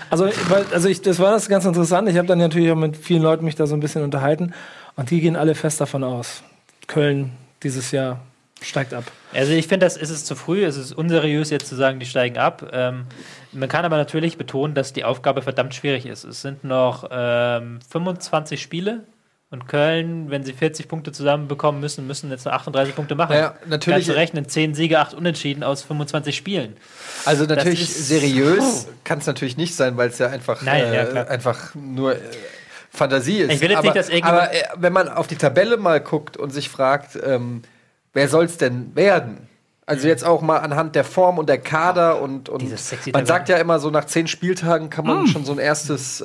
Das war ganz interessant. Ich habe dann natürlich auch mit vielen Leuten mich da so ein bisschen unterhalten. Und die gehen alle fest davon aus. Köln dieses Jahr steigt ab. Also ich finde, das ist es zu früh. Es ist unseriös, jetzt zu sagen, die steigen ab. Man kann aber natürlich betonen, dass die Aufgabe verdammt schwierig ist. Es sind noch 25 Spiele. Und Köln, wenn sie 40 Punkte zusammenbekommen müssen jetzt noch 38 Punkte machen. Ja, natürlich. Kannst du rechnen, 10 Siege, 8 Unentschieden aus 25 Spielen. Also natürlich seriös kann es natürlich nicht sein, weil es ja einfach, einfach nur Fantasie ist. Ich will jetzt nicht, dass aber wenn man auf die Tabelle mal guckt und sich fragt, wer soll es denn werden? Also jetzt auch mal anhand der Form und der Kader und man sagt ja immer so, nach 10 Spieltagen kann man schon so ein erstes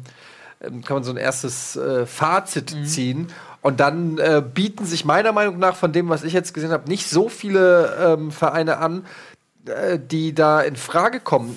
Fazit ziehen. Und dann bieten sich meiner Meinung nach, von dem, was ich jetzt gesehen habe, nicht so viele Vereine an, die da in Frage kommen.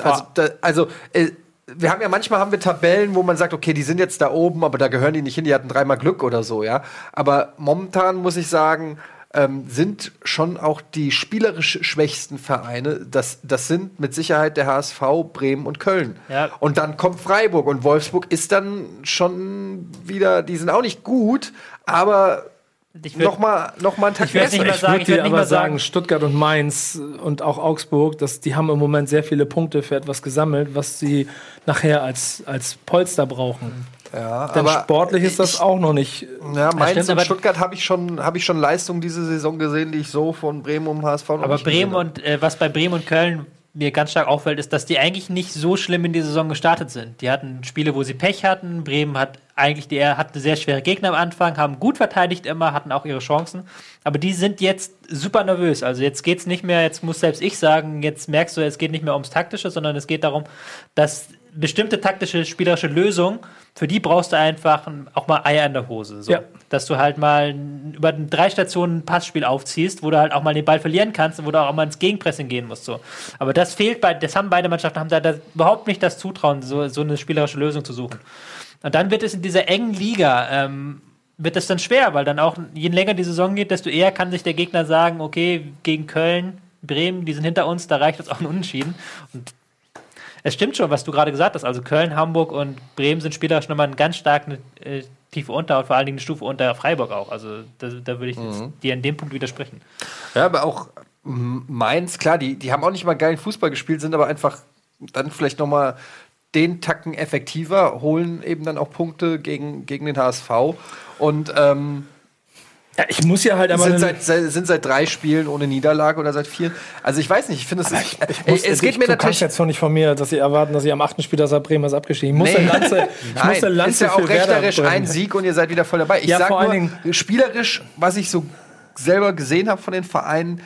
Wir haben ja manchmal Tabellen, wo man sagt, okay, die sind jetzt da oben, aber da gehören die nicht hin, die hatten 3-mal Glück oder so, ja. Aber momentan muss ich sagen, sind schon auch die spielerisch schwächsten Vereine, das sind mit Sicherheit der HSV, Bremen und Köln. Ja. Und dann kommt Freiburg und Wolfsburg ist dann schon wieder, die sind auch nicht gut, aber noch mal einen Tag besser. Ich würde aber sagen, Stuttgart und Mainz und auch Augsburg, die haben im Moment sehr viele Punkte für etwas gesammelt, was sie nachher als Polster brauchen. Ja, denn aber sportlich ist das auch noch nicht. Ja, Mainz und Stuttgart habe ich schon Leistungen diese Saison gesehen, die ich so von Bremen und HSV noch nicht gesehen habe. Aber was bei Bremen und Köln mir ganz stark auffällt, ist, dass die eigentlich nicht so schlimm in die Saison gestartet sind. Die hatten Spiele, wo sie Pech hatten. Bremen hat sehr schwere Gegner am Anfang, haben gut verteidigt immer, hatten auch ihre Chancen. Aber die sind jetzt super nervös. Also jetzt geht's nicht mehr, jetzt muss selbst ich sagen, jetzt merkst du, es geht nicht mehr ums Taktische, sondern es geht darum, dass bestimmte taktische, spielerische Lösungen, für die brauchst du einfach auch mal Eier in der Hose. So. Ja. Dass du halt mal über 3 Stationen ein Passspiel aufziehst, wo du halt auch mal den Ball verlieren kannst und wo du auch mal ins Gegenpressing gehen musst. So. Aber das fehlt das haben beide Mannschaften, haben da überhaupt nicht das Zutrauen, so eine spielerische Lösung zu suchen. Und dann wird es in dieser engen Liga, wird es dann schwer, weil dann auch, je länger die Saison geht, desto eher kann sich der Gegner sagen, okay, gegen Köln, Bremen, die sind hinter uns, da reicht uns auch ein Unentschieden. Und es stimmt schon, was du gerade gesagt hast. Also Köln, Hamburg und Bremen sind spielerisch nochmal ganz stark eine Tiefe unter und vor allen Dingen eine Stufe unter Freiburg auch. Also da würde ich dir an dem Punkt widersprechen. Ja, aber auch Mainz, klar, die haben auch nicht mal geilen Fußball gespielt, sind aber einfach dann vielleicht nochmal den Tacken effektiver, holen eben dann auch Punkte gegen den HSV. Und ich muss ja halt aber sind seit 3 Spielen ohne Niederlage oder seit 4. Also ich weiß nicht, ich finde es geht mir natürlich. Du kannst jetzt noch nicht von mir, dass sie erwarten, dass sie am 8. Spieltag sagt, Bremen ist abgestiegen. Ich muss eine Lanze ist ja auch rechterisch ein Sieg und ihr seid wieder voll dabei. Ich sag nur, spielerisch, was ich so selber gesehen habe von den Vereinen,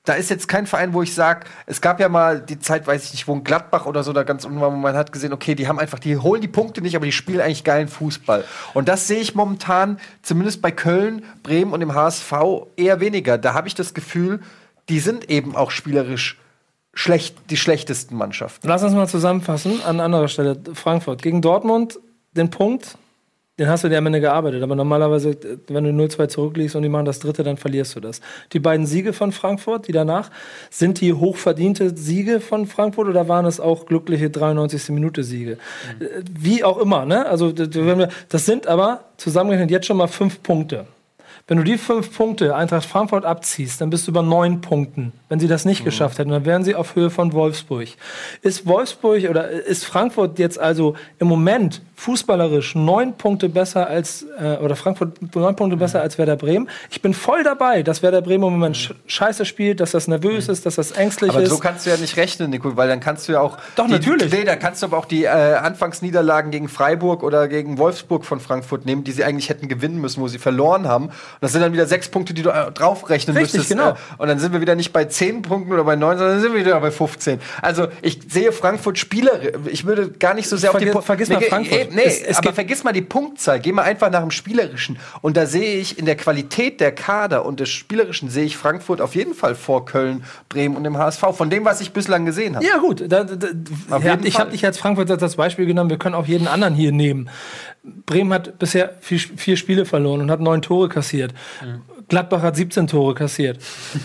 da ist jetzt kein Verein, wo ich sage, es gab ja mal die Zeit, weiß ich nicht, wo ein Gladbach oder so da ganz unten war, wo man hat gesehen, okay, die holen die Punkte nicht, aber die spielen eigentlich geilen Fußball. Und das sehe ich momentan, zumindest bei Köln, Bremen und dem HSV, eher weniger. Da habe ich das Gefühl, die sind eben auch spielerisch die schlechtesten Mannschaften. Lass uns mal zusammenfassen, an anderer Stelle. Frankfurt gegen Dortmund, den Punkt, den hast du dir am Ende gearbeitet. Aber normalerweise, wenn du 0-2 zurückliegst und die machen das dritte, dann verlierst du das. Die beiden Siege von Frankfurt, die danach, sind die hochverdiente Siege von Frankfurt oder waren es auch glückliche 93. Minute Siege? Wie auch immer, ne? Also, das sind aber zusammengerechnet jetzt schon mal 5 Punkte. Wenn du die 5 Punkte Eintracht Frankfurt abziehst, dann bist du über 9 Punkten. Wenn sie das nicht geschafft hätten, dann wären sie auf Höhe von Wolfsburg. Ist Wolfsburg oder ist Frankfurt jetzt also im Moment fußballerisch 9 Punkte besser als, oder Frankfurt 9 Punkte besser als Werder Bremen? Ich bin voll dabei, dass Werder Bremen im Moment scheiße spielt, dass das nervös ist, dass das ängstlich ist. Aber so kannst du ja nicht rechnen, Nico, weil dann kannst du ja auch... Doch, natürlich. Nee, da kannst du aber auch die Anfangsniederlagen gegen Freiburg oder gegen Wolfsburg von Frankfurt nehmen, die sie eigentlich hätten gewinnen müssen, wo sie verloren haben. Und das sind dann wieder 6 Punkte, die du draufrechnen müsstest. Genau. Und dann sind wir wieder nicht bei 10 Punkten oder bei 9, sondern dann sind wir wieder bei 15. Also ich sehe Frankfurt spielerisch. Ich würde gar nicht so sehr auf die Punkte... Vergiss mal Frankfurt. Vergiss mal die Punktzahl. Geh mal einfach nach dem Spielerischen. Und da sehe ich in der Qualität der Kader und des Spielerischen sehe ich Frankfurt auf jeden Fall vor Köln, Bremen und dem HSV. Von dem, was ich bislang gesehen habe. Ja gut, ich habe dich als Frankfurt als Beispiel genommen. Wir können auch jeden anderen hier nehmen. Bremen hat bisher 4 Spiele verloren und hat 9 Tore kassiert. Gladbach hat 17 Tore kassiert.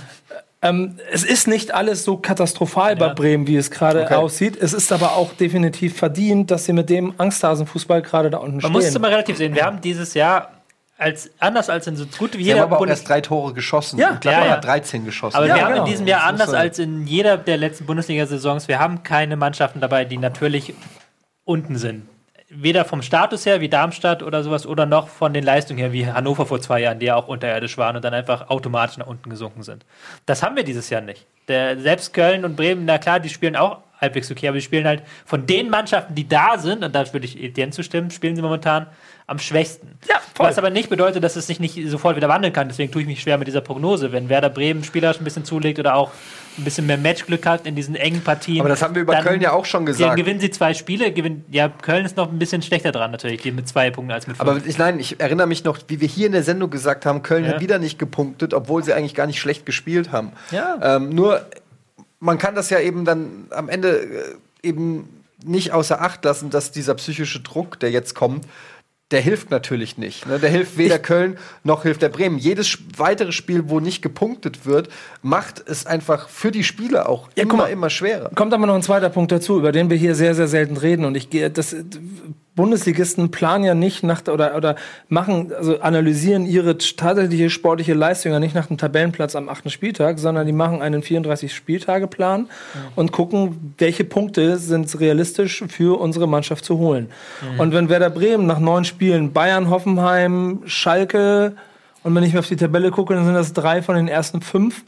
Es ist nicht alles so katastrophal bei Bremen, wie es gerade aussieht. Es ist aber auch definitiv verdient, dass sie mit dem Angsthasenfußball gerade da unten stehen. Man muss es immer relativ sehen. Wir haben dieses Jahr anders als in so gut wie jeder. Wir haben aber auch erst 3 Tore geschossen. Ja. Und Gladbach hat 13 geschossen. Aber wir haben in diesem Jahr anders als in jeder der letzten Bundesliga-Saisons, wir haben keine Mannschaften dabei, die natürlich unten sind. Weder vom Status her, wie Darmstadt oder sowas, oder noch von den Leistungen her, wie Hannover vor 2 Jahren, die ja auch unterirdisch waren und dann einfach automatisch nach unten gesunken sind. Das haben wir dieses Jahr nicht. Selbst Köln und Bremen, na klar, die spielen auch halbwegs okay, aber die spielen halt von den Mannschaften, die da sind, und da würde ich Etienne zustimmen, spielen sie momentan am schwächsten. Ja, voll. Was aber nicht bedeutet, dass es sich nicht sofort wieder wandeln kann. Deswegen tue ich mich schwer mit dieser Prognose. Wenn Werder Bremen spielerisch ein bisschen zulegt oder auch ein bisschen mehr Matchglück hat in diesen engen Partien. Aber das haben wir über Köln ja auch schon gesagt. Gewinnen sie 2 Spiele, Köln ist noch ein bisschen schlechter dran natürlich, die mit 2 Punkten als mit 5. Aber ich erinnere mich noch, wie wir hier in der Sendung gesagt haben, Köln hat wieder nicht gepunktet, obwohl sie eigentlich gar nicht schlecht gespielt haben. Ja. Nur, man kann das ja eben dann am Ende eben nicht außer Acht lassen, dass dieser psychische Druck, der jetzt kommt, der hilft natürlich nicht. Ne? Der hilft weder Köln noch hilft der Bremen. Jedes weitere Spiel, wo nicht gepunktet wird, macht es einfach für die Spieler auch immer schwerer. Kommt aber noch ein zweiter Punkt dazu, über den wir hier sehr, sehr selten reden. Und Bundesligisten planen ja nicht nach oder analysieren ihre tatsächliche sportliche Leistung ja nicht nach dem Tabellenplatz am 8. Spieltag, sondern die machen einen 34-Spieltage-Plan und gucken, welche Punkte sind realistisch für unsere Mannschaft zu holen. Und wenn Werder Bremen nach 9 Spielen Bayern, Hoffenheim, Schalke und wenn ich mir auf die Tabelle gucke, dann sind das 3 von den ersten 5,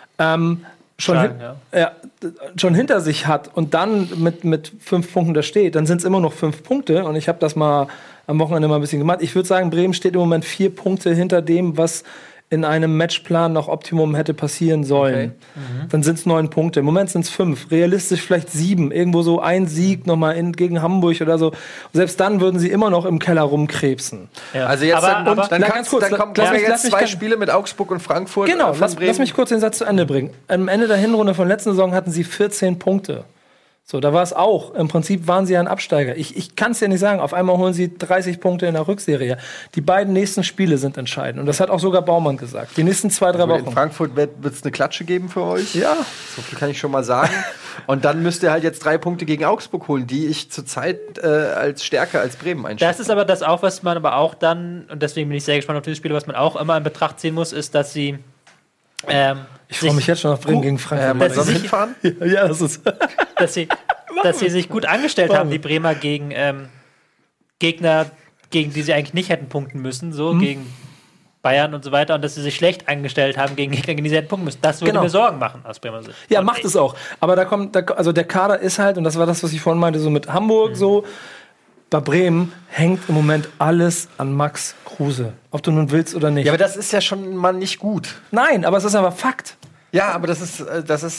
schon hinter sich hat und dann mit 5 Punkten da steht, dann sind es immer noch 5 Punkte. Und ich habe das mal am Wochenende mal ein bisschen gemacht. Ich würde sagen, Bremen steht im Moment 4 Punkte hinter dem, was in einem Matchplan noch Optimum hätte passieren sollen. Dann sind es 9 Punkte. Im Moment sind es 5. Realistisch vielleicht 7. Irgendwo so ein Sieg nochmal gegen Hamburg oder so. Selbst dann würden sie immer noch im Keller rumkrebsen. Ja. Also jetzt dann kommen jetzt 2 Spiele mit Augsburg und Frankfurt. Genau, lass mich kurz den Satz zu Ende bringen. Am Ende der Hinrunde von letzten Saison hatten sie 14 Punkte. So, da war es auch. Im Prinzip waren sie ein Absteiger. Ich kann es ja nicht sagen. Auf einmal holen sie 30 Punkte in der Rückserie. Die beiden nächsten Spiele sind entscheidend. Und das hat auch sogar Baumann gesagt. Die nächsten 2-3 Wochen. In Frankfurt wird es eine Klatsche geben für euch. Ja. So viel kann ich schon mal sagen. Und dann müsst ihr halt jetzt 3 Punkte gegen Augsburg holen, die ich zurzeit als stärker als Bremen einschätze. Das ist aber das auch, was man aber auch dann, und deswegen bin ich sehr gespannt auf dieses Spiel, was man auch immer in Betracht ziehen muss, ist, dass sie ich freue mich jetzt schon auf Bremen gegen Frankfurt. Sollen wir hinfahren? Ja, das ist... dass sie sich gut angestellt haben, die Bremer gegen Gegner, gegen die sie eigentlich nicht hätten punkten müssen, gegen Bayern und so weiter, und dass sie sich schlecht angestellt haben gegen Gegner, gegen die sie hätten punkten müssen. Das würde mir Sorgen machen aus Bremer Sicht. Ja, macht es auch. Aber also der Kader ist halt, und das war das, was ich vorhin meinte, so mit Hamburg so, bei Bremen hängt im Moment alles an Max Kruse. Ob du nun willst oder nicht. Ja, aber das ist ja schon mal nicht gut. Nein, aber es ist aber Fakt. Ja, aber das ist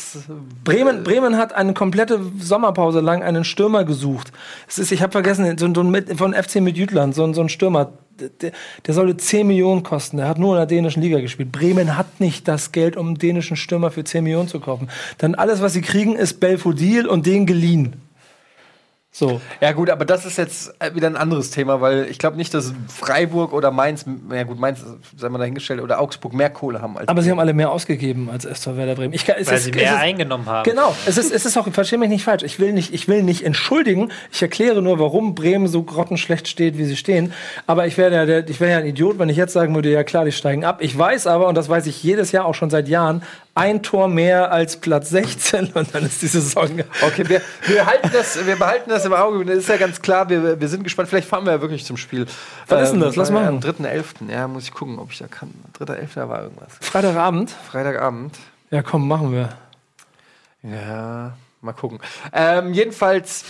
Bremen hat eine komplette Sommerpause lang einen Stürmer gesucht. Ich habe vergessen, von FC Midtjylland, so ein Stürmer, der sollte 10 Millionen kosten. Der hat nur in der dänischen Liga gespielt. Bremen hat nicht das Geld, um einen dänischen Stürmer für 10 Millionen zu kaufen. Dann alles, was sie kriegen, ist Belfodil und den geliehen. So. Ja gut, aber das ist jetzt wieder ein anderes Thema, weil ich glaube nicht, dass Freiburg oder Mainz, Mainz, sei mal dahingestellt, oder Augsburg mehr Kohle haben. Aber sie haben alle mehr ausgegeben als SV Werder Bremen. Weil sie mehr eingenommen haben. Genau, es ist auch, verstehe mich nicht falsch, ich will nicht entschuldigen, ich erkläre nur, warum Bremen so grottenschlecht steht, wie sie stehen. Aber ich wäre ja ein Idiot, wenn ich jetzt sagen würde, ja klar, die steigen ab. Ich weiß aber, und das weiß ich jedes Jahr auch schon seit Jahren, ein Tor mehr als Platz 16 und dann ist die Saison. Okay, wir behalten das im Auge. Das ist ja ganz klar, wir sind gespannt. Vielleicht fahren wir ja wirklich zum Spiel. Was ist denn das? Lass machen. Am 3.11. Ja, muss ich gucken, ob ich da kann. 3.11. war irgendwas. Freitagabend? Freitagabend. Ja, komm, machen wir. Ja, mal gucken. Jedenfalls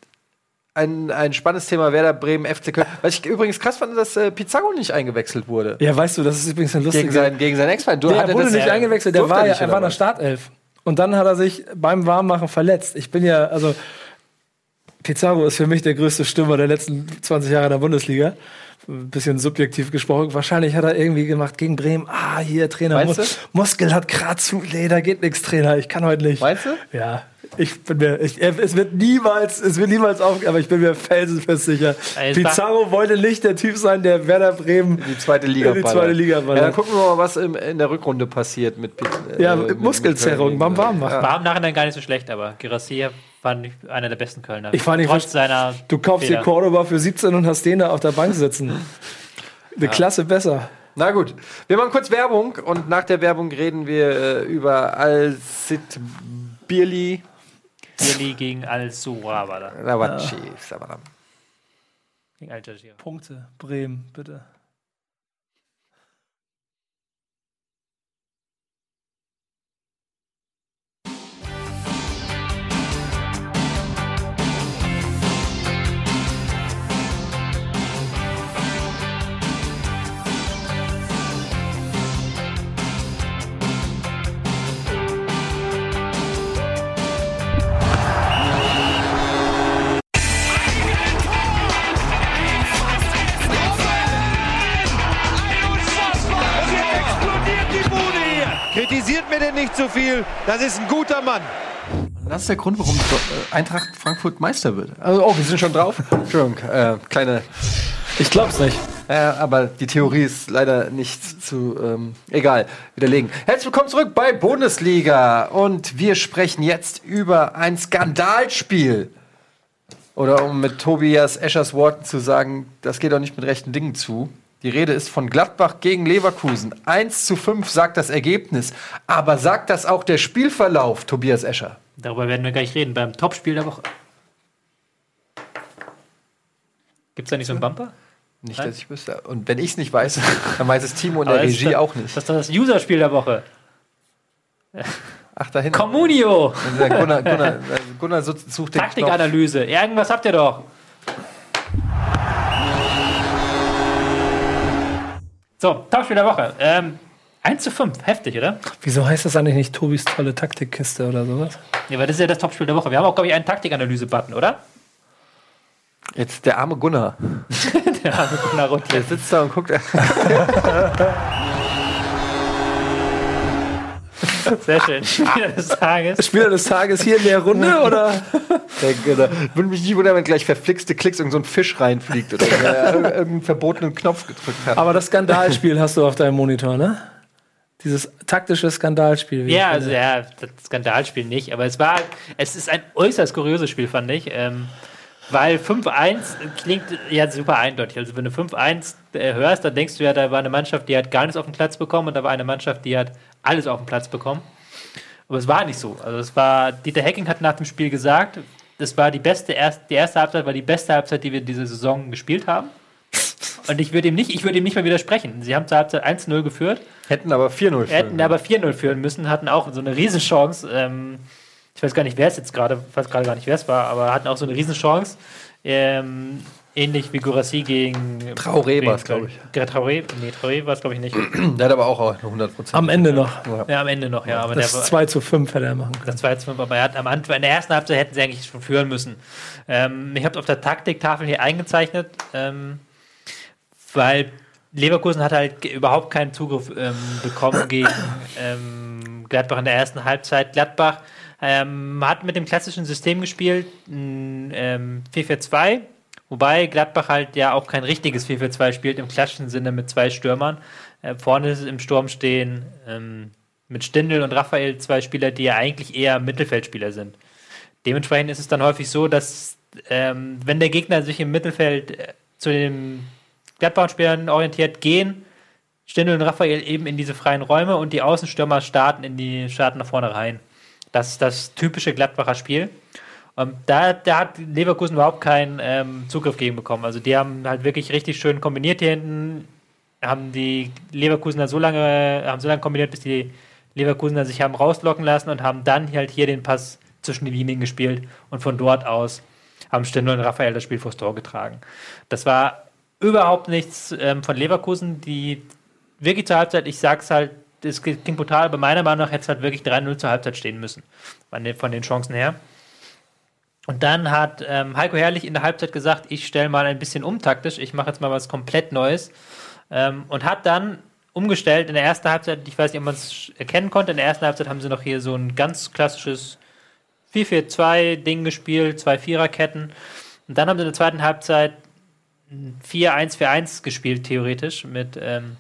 ein spannendes Thema, Werder Bremen, FC Köln. Was ich übrigens krass fand, dass Pizarro nicht eingewechselt wurde. Ja, weißt du, das ist übrigens ein lustiger... Gegen seinen Ex-Verein. Der wurde nicht eingewechselt, er war in der Startelf. Und dann hat er sich beim Warmmachen verletzt. Ich bin ja, also Pizarro ist für mich der größte Stürmer der letzten 20 Jahre in der Bundesliga. Ein bisschen subjektiv gesprochen. Wahrscheinlich hat er irgendwie gemacht gegen Bremen. Hier, Trainer. Muskel hat gerade zu. Nee, da geht nichts, Trainer. Ich kann heute nicht. Meinst du? Ja. Es wird niemals auf, aber ich bin mir felsenfest sicher. Pizarro wollte nicht der Typ sein, der Werder Bremen in die zweite Liga ballert. Ja, dann gucken wir mal, was in der Rückrunde passiert mit Muskelzerrung beim Warmmachen. War im Nachhinein gar nicht so schlecht, aber Girassi war einer der besten Kölner. Ich fand trotz seiner du kaufst dir Cordoba für 17 und hast den da auf der Bank sitzen. Eine Klasse besser. Na gut, wir machen kurz Werbung und nach der Werbung reden wir über Al-Sid Birli gegen Al-Surabada. Gegen Al-Jazeera. Punkte, Bremen, bitte. Kritisiert mir denn nicht zu viel, das ist ein guter Mann. Das ist der Grund, warum Eintracht Frankfurt Meister wird. Also, wir sind schon drauf. Entschuldigung, kleine... Ich glaub's nicht. Aber die Theorie ist leider nicht zu... egal, widerlegen. Herzlich willkommen zurück bei Bundesliga. Und wir sprechen jetzt über ein Skandalspiel. Oder um mit Tobias Eschers Worten zu sagen, das geht doch nicht mit rechten Dingen zu. Die Rede ist von Gladbach gegen Leverkusen. 1:5 sagt das Ergebnis. Aber sagt das auch der Spielverlauf, Tobias Escher? Darüber werden wir gleich reden. Beim Topspiel der Woche. Gibt's da nicht so einen Bumper? Nicht, dass ich wüsste. Und wenn ich es nicht weiß, dann weiß es Timo und der Regie auch nicht. Das ist das User-Spiel der Woche. Ach, da hinten. Communio! Gunnar sucht den Taktikanalyse. Irgendwas habt ihr doch. So, Topspiel der Woche. 1:5, heftig, oder? Wieso heißt das eigentlich nicht Tobis tolle Taktikkiste oder sowas? Ja, weil das ist ja das Topspiel der Woche. Wir haben auch, glaube ich, einen Taktikanalyse-Button, oder? Jetzt der arme Gunnar. Der arme Gunnar Rund. Der sitzt da und guckt. Sehr schön. Spieler des Tages. Spieler des Tages hier in der Runde, oder? Würde mich nicht wundern, wenn gleich verflixte Klicks und so ein Fisch reinfliegt oder irgendeinen verbotenen Knopf gedrückt hat. Aber das Skandalspiel hast du auf deinem Monitor, ne? Dieses taktische Skandalspiel. Ja, also das Skandalspiel nicht, aber es ist ein äußerst kurioses Spiel, fand ich. Weil 5:1 klingt ja super eindeutig. Also wenn du 5:1 hörst, dann denkst du ja, da war eine Mannschaft, die hat gar nichts auf den Platz bekommen und da war eine Mannschaft, die hat alles auf den Platz bekommen. Aber es war nicht so. Also Dieter Hecking hat nach dem Spiel gesagt, das war die erste Halbzeit war die beste Halbzeit, die wir diese Saison gespielt haben. Und ich würde ihm nicht mal widersprechen. Sie haben zur Halbzeit 1:0 geführt. Hätten aber 4:0 führen müssen, hatten auch so eine Riesenchance. Ich weiß gar nicht, wer es jetzt gerade, weiß gerade gar nicht, wer es war, aber hatten auch so eine Riesenchance. ähnlich wie Guirassy gegen Traoré war es, glaube ich. Traoré war es, glaube ich, nicht. Der hat aber auch 100%. Am Ende noch. Ja, am Ende noch, ja. Aber Das 2:5 hätte er machen können. Das 2:5, aber er hat am Anfang, in der ersten Halbzeit hätten sie eigentlich schon führen müssen. Ich habe auf der Taktiktafel hier eingezeichnet, weil Leverkusen hat halt überhaupt keinen Zugriff bekommen gegen Gladbach in der ersten Halbzeit. Gladbach hat mit dem klassischen System gespielt, 4-4-2, wobei Gladbach halt ja auch kein richtiges 4-4-2 spielt, im klassischen Sinne mit 2 Stürmern. Vorne im Sturm stehen mit Stindl und Raphael 2 Spieler, die ja eigentlich eher Mittelfeldspieler sind. Dementsprechend ist es dann häufig so, dass wenn der Gegner sich im Mittelfeld zu den Gladbach-Spielern orientiert, gehen Stindl und Raphael eben in diese freien Räume und die Außenstürmer starten nach vorne rein. Das ist das typische Gladbacher Spiel. Da hat Leverkusen überhaupt keinen Zugriff gegen bekommen. Also die haben halt wirklich richtig schön kombiniert hier hinten, haben die Leverkusener so lange kombiniert, bis die Leverkusener sich haben rauslocken lassen und haben dann halt hier den Pass zwischen die Linien gespielt und von dort aus haben Stindl und Raphael das Spiel vors Tor getragen. Das war überhaupt nichts von Leverkusen, die wirklich zur Halbzeit, ich sag's halt, das klingt brutal, aber meiner Meinung nach hätte es halt wirklich 3-0 zur Halbzeit stehen müssen, von den Chancen her. Und dann hat Heiko Herrlich in der Halbzeit gesagt, ich stelle mal ein bisschen taktisch, ich mache jetzt mal was komplett Neues und hat dann umgestellt in der ersten Halbzeit, ich weiß nicht, ob man es erkennen konnte, in der ersten Halbzeit haben sie noch hier so ein ganz klassisches 4-4-2-Ding gespielt, 2 Viererketten und dann haben sie in der zweiten Halbzeit 4-1-4-1 gespielt, theoretisch, mit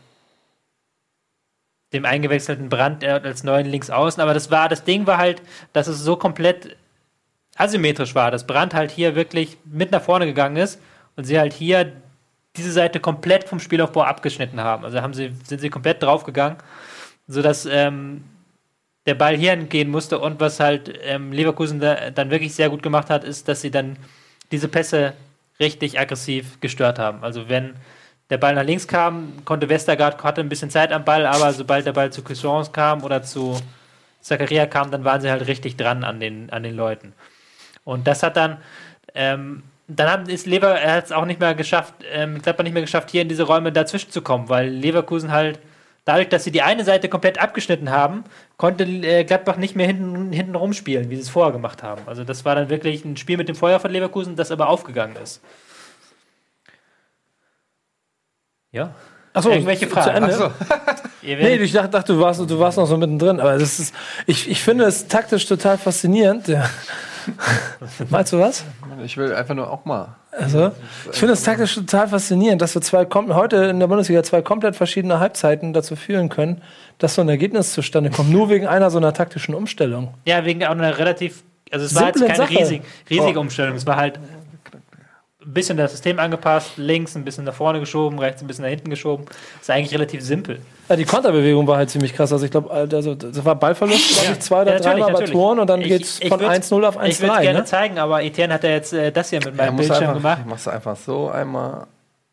dem eingewechselten Brandt als neuen Linksaußen, aber das Ding war halt, dass es so komplett asymmetrisch war, dass Brandt halt hier wirklich mit nach vorne gegangen ist und sie halt hier diese Seite komplett vom Spielaufbau abgeschnitten haben. Also sind sie komplett draufgegangen, sodass der Ball hier hingehen musste und was halt Leverkusen dann wirklich sehr gut gemacht hat, ist, dass sie dann diese Pässe richtig aggressiv gestört haben. Also wenn der Ball nach links kam, konnte Westergaard hatte ein bisschen Zeit am Ball, aber sobald der Ball zu Cuisance kam oder zu Zakaria kam, dann waren sie halt richtig dran an den Leuten. Und das hat dann hat es auch nicht mehr geschafft, Gladbach nicht mehr geschafft, hier in diese Räume dazwischen zu kommen, weil Leverkusen halt, dadurch, dass sie die eine Seite komplett abgeschnitten haben, konnte Gladbach nicht mehr hinten rumspielen, wie sie es vorher gemacht haben. Also das war dann wirklich ein Spiel mit dem Feuer von Leverkusen, das aber aufgegangen ist. Ja. Achso, irgendwelche Fragen? Zu Ende? Achso. Nee, ich dachte, du warst noch so mittendrin. Aber das ist, ich finde es taktisch total faszinierend. Ja. Meinst du was? Ich will einfach nur auch mal. Also, ich finde es taktisch total faszinierend, dass wir heute in der Bundesliga 2 komplett verschiedene Halbzeiten dazu führen können, dass so ein Ergebnis zustande kommt. Nur wegen einer so einer taktischen Umstellung. Ja, wegen auch einer relativ, also es war jetzt keine riesige Umstellung. Es war halt ein bisschen das System angepasst, links ein bisschen nach vorne geschoben, rechts ein bisschen nach hinten geschoben. Das ist eigentlich relativ simpel. Ja, die Konterbewegung war halt ziemlich krass. Also ich glaube, das war Ballverlust, glaube ich, 2 oder 3 Mal bei Toren und dann geht es von 1-0 auf 1-3. Ich würde es gerne zeigen, aber Etienne hat ja jetzt das hier mit meinem Bildschirm gemacht. Ich mach's einfach so einmal.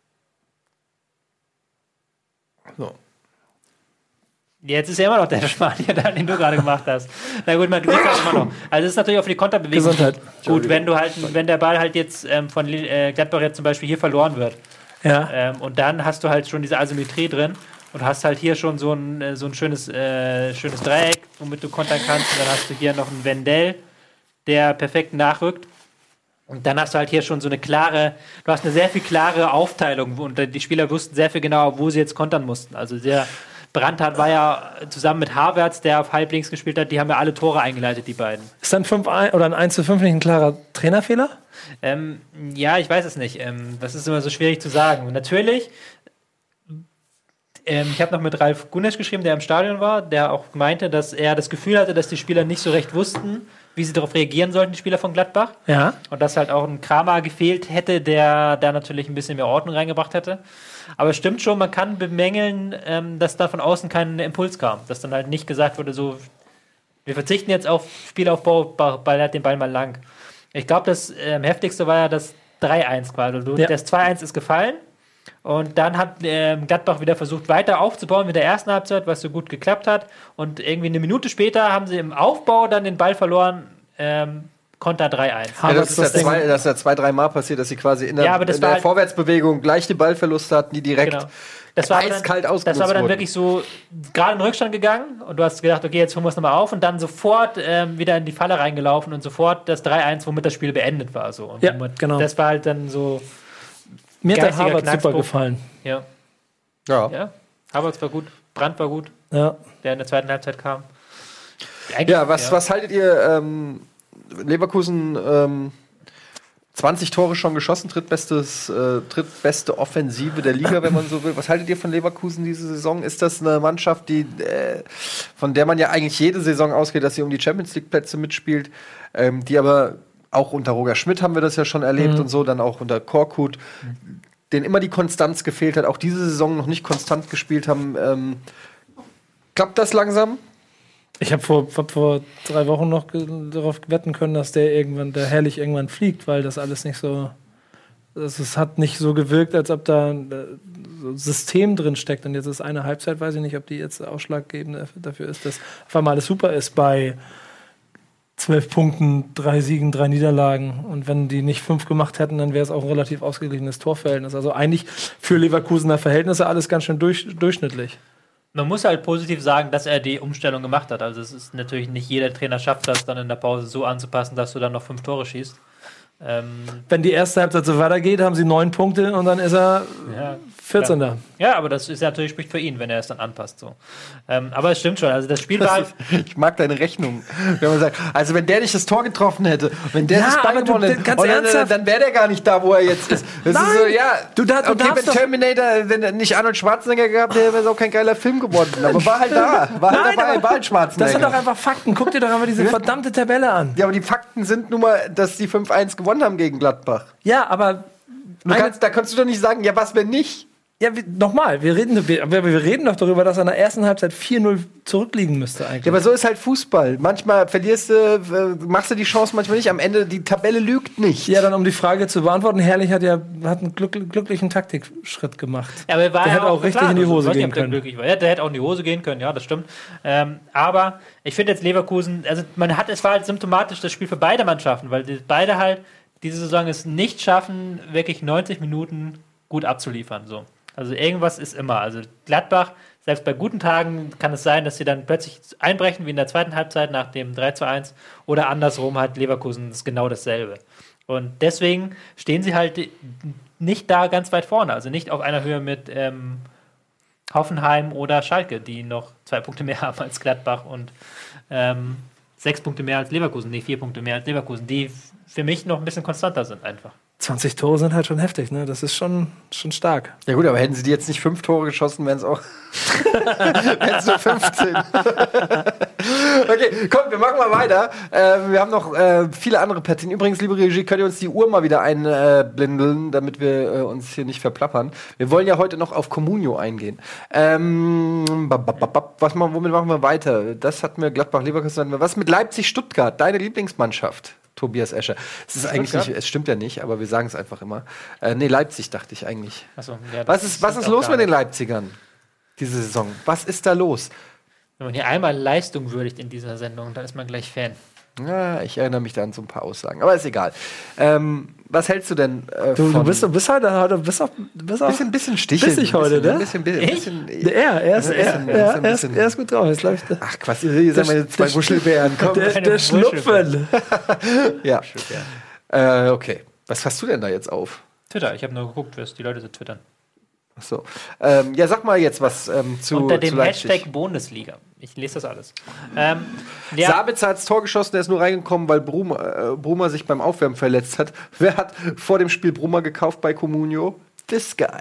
So. Jetzt ist ja immer noch der Spanier da, den du gerade gemacht hast. Na gut, man sieht das immer noch. Also es ist natürlich auch für die Konterbewegung gut, wenn der Ball halt jetzt von Gladbach jetzt zum Beispiel hier verloren wird. Ja. Und dann hast du halt schon diese Asymmetrie drin und hast halt hier schon so ein schönes Dreieck, womit du kontern kannst. Und dann hast du hier noch einen Wendell, der perfekt nachrückt. Und dann hast du halt hier schon du hast eine sehr viel klare Aufteilung und die Spieler wussten sehr viel genauer, wo sie jetzt kontern mussten. Also Brandt war ja zusammen mit Havertz, der auf Halblinks gespielt hat, die haben ja alle Tore eingeleitet, die beiden. Ist dann 5-1 oder ein 1-5 nicht ein klarer Trainerfehler? Ja, ich weiß es nicht. Das ist immer so schwierig zu sagen. Und natürlich, ich habe noch mit Ralf Gunesch geschrieben, der im Stadion war, der auch meinte, dass er das Gefühl hatte, dass die Spieler nicht so recht wussten, wie sie darauf reagieren sollten, die Spieler von Gladbach. Ja. Und dass halt auch ein Kramer gefehlt hätte, der da natürlich ein bisschen mehr Ordnung reingebracht hätte. Aber es stimmt schon, man kann bemängeln, dass da von außen kein Impuls kam. Dass dann halt nicht gesagt wurde, so, wir verzichten jetzt auf Spielaufbau, ballert den Ball mal lang. Ich glaube, das heftigste war ja das 3-1 quasi. Das 2-1 ist gefallen und dann hat Gladbach wieder versucht, weiter aufzubauen mit der ersten Halbzeit, was so gut geklappt hat. Und irgendwie eine Minute später haben sie im Aufbau dann den Ball verloren, Konter 3-1. Ja, das ist ja 2-3 Mal passiert, dass sie quasi in der halt Vorwärtsbewegung gleich die Ballverluste hatten, die direkt eiskalt ausgenutzt Das war aber dann wurden. wirklich so gerade in den Rückstand gegangen und du hast gedacht, okay, jetzt holen wir es nochmal auf und dann sofort wieder in die Falle reingelaufen und sofort das 3-1, womit das Spiel beendet war. So. Und genau. Das war halt dann so. Mir hat der geistiger Harvard super Knackspunkt. gefallen. Ja. Havertz war gut, Brandt war gut, Ja. der in der zweiten Halbzeit kam. Ja, was haltet ihr? Leverkusen 20 Tore schon geschossen, drittbeste Offensive der Liga, wenn man so will. Was haltet ihr von Leverkusen diese Saison? Ist das eine Mannschaft, von der man ja eigentlich jede Saison ausgeht, dass sie um die Champions-League-Plätze mitspielt, die aber auch unter Roger Schmidt haben wir das ja schon erlebt und so, dann auch unter Korkut, denen immer die Konstanz gefehlt hat, auch diese Saison noch nicht konstant gespielt haben. Klappt das langsam? Ich habe vor 3 Wochen noch darauf wetten können, dass der Herrlich irgendwann fliegt, weil das alles nicht so. Es hat nicht so gewirkt, als ob da ein System drin steckt. Und jetzt ist eine Halbzeit, weiß ich nicht, ob die jetzt ausschlaggebend dafür ist, dass auf einmal alles super ist bei 12 Punkten, 3 Siegen, 3 Niederlagen. Und wenn die nicht 5 gemacht hätten, dann wäre es auch ein relativ ausgeglichenes Torverhältnis. Also eigentlich für Leverkusener Verhältnisse alles ganz schön durchschnittlich. Man muss halt positiv sagen, dass er die Umstellung gemacht hat. Also es ist natürlich nicht jeder Trainer schafft das, dann in der Pause so anzupassen, dass du dann noch 5 Tore schießt. Wenn die erste Halbzeit so weitergeht, haben sie 9 Punkte und dann ist er 14. Klar. Ja, aber das ist natürlich spricht für ihn, wenn er es dann anpasst. So. Aber es stimmt schon. Also das Spiel war. Ich mag deine Rechnung. Wenn man sagt, also wenn der nicht das Tor getroffen hätte, wenn der das Bein gewonnen hätte, dann wäre der gar nicht da, wo er jetzt ist. Das ist so, ja. Wenn Terminator, wenn er nicht Arnold Schwarzenegger gehabt hätte, wäre es auch kein geiler Film geworden. Aber war halt da. War halt Schwarzenegger. Das sind doch einfach Fakten. Guck dir doch einmal diese verdammte Tabelle an. Ja, aber die Fakten sind nun mal, dass die 5-1 gewonnen haben gegen Gladbach. Ja, aber da kannst du doch nicht sagen, ja, was, wenn nicht? Ja, nochmal, wir reden doch darüber, dass er in der ersten Halbzeit 4-0 zurückliegen müsste eigentlich. Ja, aber so ist halt Fußball. Manchmal verlierst du, machst du die Chance, manchmal nicht. Am Ende, die Tabelle lügt nicht. Ja, dann um die Frage zu beantworten, Herrlich hat einen glücklichen Taktikschritt gemacht. Ja, aber der hätte auch richtig in die Hose gehen können. Ja, der hätte auch in die Hose gehen können, ja, das stimmt. Aber ich finde jetzt Leverkusen, also es war halt symptomatisch das Spiel für beide Mannschaften, weil beide halt diese Saison es nicht schaffen, wirklich 90 Minuten gut abzuliefern. So. Also irgendwas ist immer. Also Gladbach, selbst bei guten Tagen kann es sein, dass sie dann plötzlich einbrechen, wie in der zweiten Halbzeit nach dem 3-1 oder andersrum halt Leverkusen ist genau dasselbe. Und deswegen stehen sie halt nicht da ganz weit vorne, also nicht auf einer Höhe mit Hoffenheim oder Schalke, die noch 2 Punkte mehr haben als Gladbach und 6 Punkte mehr als Leverkusen, 4 Punkte mehr als Leverkusen, die für mich noch ein bisschen konstanter sind einfach. 20 Tore sind halt schon heftig, ne? Das ist schon stark. Ja gut, aber hätten sie die jetzt nicht 5 Tore geschossen, wären es auch wären es nur 15. Okay, komm, wir machen mal weiter. Wir haben noch viele andere Partien. Übrigens, liebe Regie, könnt ihr uns die Uhr mal wieder einblindeln, damit wir uns hier nicht verplappern. Wir wollen ja heute noch auf Comunio eingehen. Womit machen wir weiter? Das hatten wir, Gladbach-Leverkusen. Was mit Leipzig-Stuttgart, deine Lieblingsmannschaft? Tobias Escher. Es ist eigentlich nicht, es stimmt ja nicht, aber wir sagen es einfach immer. Leipzig dachte ich eigentlich. Achso, ja, was ist los mit den Leipzigern diese Saison? Was ist da los? Wenn man hier einmal Leistung würdigt in dieser Sendung, dann ist man gleich Fan. Ja, ich erinnere mich da an so ein paar Aussagen, aber ist egal. Was hältst du denn von... Du bist heute bisschen stichig heute, ne? Er ist gut drauf. Jetzt ich ach Quatsch, ihr seid meine 2 Wuschelbären. Komm. Der Schnupfen. Ja. Okay. Was hast du denn da jetzt auf? Twitter. Ich habe nur geguckt, was die Leute so twittern. Ach so. Ja, sag mal jetzt was zu unter dem zu Leipzig. Hashtag Bundesliga. Ich lese das alles. Sabitzer hat das Tor geschossen, der ist nur reingekommen, weil Bruma sich beim Aufwärmen verletzt hat. Wer hat vor dem Spiel Bruma gekauft bei Comunio? This guy.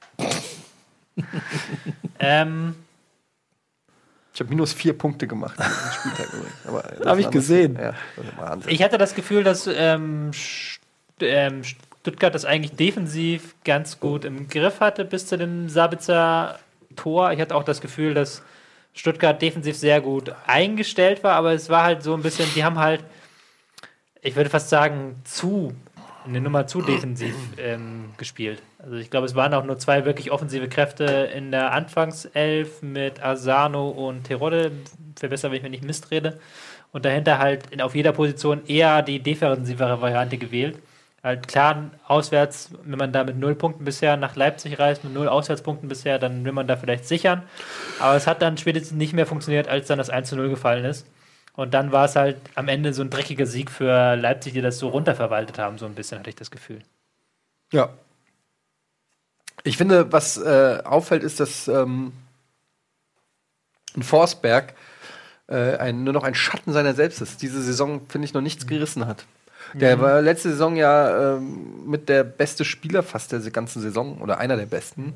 Ich habe -4 Punkte gemacht. Spieltag übrigens. Habe ich gesehen. Ja, Wahnsinn. Ich hatte das Gefühl, dass Stuttgart das eigentlich defensiv ganz gut im Griff hatte bis zu dem Sabitzer Tor. Ich hatte auch das Gefühl, dass Stuttgart defensiv sehr gut eingestellt war, aber es war halt so ein bisschen, die haben halt, ich würde fast sagen, zu eine Nummer zu defensiv gespielt. Also ich glaube, es waren auch nur 2 wirklich offensive Kräfte in der Anfangself mit Asano und Terodde. Verbessere, wenn ich mir nicht Mist rede. Und dahinter halt auf jeder Position eher die defensivere Variante gewählt. Halt klar, auswärts, wenn man da mit 0 Punkten bisher nach Leipzig reist, mit 0 Auswärtspunkten bisher, dann will man da vielleicht sichern. Aber es hat dann spätestens nicht mehr funktioniert, als dann das 1:0 gefallen ist. Und dann war es halt am Ende so ein dreckiger Sieg für Leipzig, die das so runterverwaltet haben, so ein bisschen, hatte ich das Gefühl. Ja. Ich finde, was auffällt, ist, dass ein Forsberg nur noch ein Schatten seiner selbst ist. Diese Saison, finde ich, noch nichts gerissen hat. Der war letzte Saison ja mit der beste Spieler fast der ganzen Saison oder einer der besten.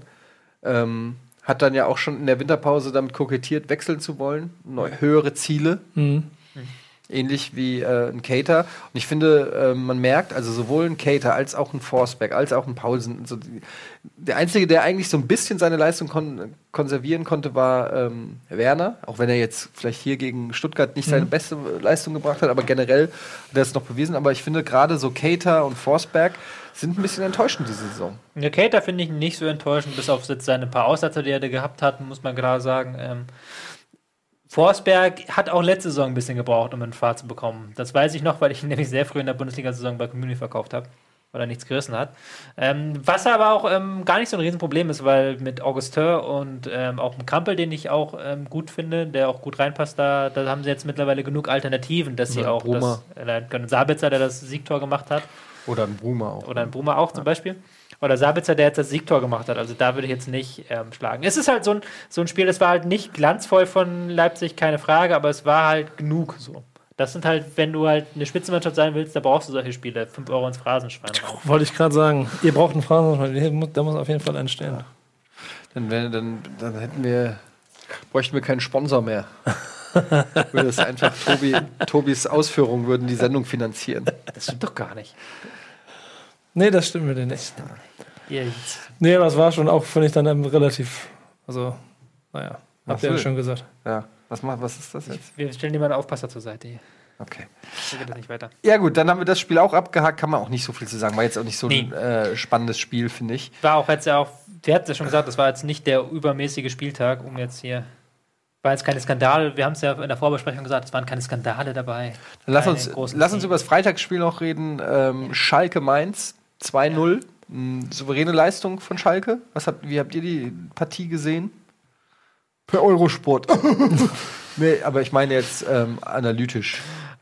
Hat dann ja auch schon in der Winterpause damit kokettiert, wechseln zu wollen. Höhere Ziele. Ähnlich wie ein Keita. Und ich finde, man merkt, also sowohl ein Keita als auch ein Forsberg, als auch ein Paulsen. So der Einzige, der eigentlich so ein bisschen seine Leistung konservieren konnte, war Werner. Auch wenn er jetzt vielleicht hier gegen Stuttgart nicht seine beste Leistung gebracht hat, aber generell hat er es noch bewiesen. Aber ich finde, gerade so Keita und Forsberg sind ein bisschen enttäuschend diese Saison. Ja, Keita finde ich nicht so enttäuschend, bis auf jetzt seine paar Aussätze, die er gehabt hat, muss man klar sagen. Forsberg hat auch letzte Saison ein bisschen gebraucht, um einen Fahrt zu bekommen. Das weiß ich noch, weil ich ihn nämlich sehr früh in der Bundesliga-Saison bei Community verkauft habe, weil er nichts gerissen hat. Was aber auch gar nicht so ein Riesenproblem ist, weil mit Augustin und auch mit Kampel, den ich auch gut finde, der auch gut reinpasst, da haben sie jetzt mittlerweile genug Alternativen, dass sie auch das können. Sabitzer, der das Siegtor gemacht hat. Oder ein Bruma auch. Oder ein Bruma auch zum Beispiel. Oder Sabitzer, der jetzt das Siegtor gemacht hat. Also da würde ich jetzt nicht schlagen. Es ist halt so ein Spiel, das war halt nicht glanzvoll von Leipzig, keine Frage, aber es war halt genug so. Das sind halt, wenn du halt eine Spitzenmannschaft sein willst, da brauchst du solche Spiele. 5 Euro ins Phrasenschwein. Wollte ich gerade sagen. Ihr braucht einen Phrasenschwein. Da muss auf jeden Fall entstehen. Ja. Dann bräuchten wir keinen Sponsor mehr. Würde es einfach Tobis Ausführungen würden die Sendung finanzieren. Das stimmt doch gar nicht. Nee, das stimmt mir nicht. Nee, das war schon auch, finde ich, dann relativ, also, naja, habt ihr ja schon gesagt. Ja, was ist das jetzt? Wir stellen dir mal einen Aufpasser zur Seite hier. Okay. So geht das nicht weiter. Ja gut, dann haben wir das Spiel auch abgehakt, kann man auch nicht so viel zu sagen. War jetzt auch nicht so ein spannendes Spiel, finde ich. War auch jetzt ja auch, der hat ja schon gesagt, das war jetzt nicht der übermäßige Spieltag, um jetzt hier... War jetzt keine Skandale, wir haben es ja in der Vorbesprechung gesagt, es waren keine Skandale dabei. Dann lass uns über das Freitagsspiel noch reden. Schalke Mainz 2:0. Souveräne Leistung von Schalke. Wie habt ihr die Partie gesehen? Per Eurosport. Nee, aber ich meine jetzt analytisch.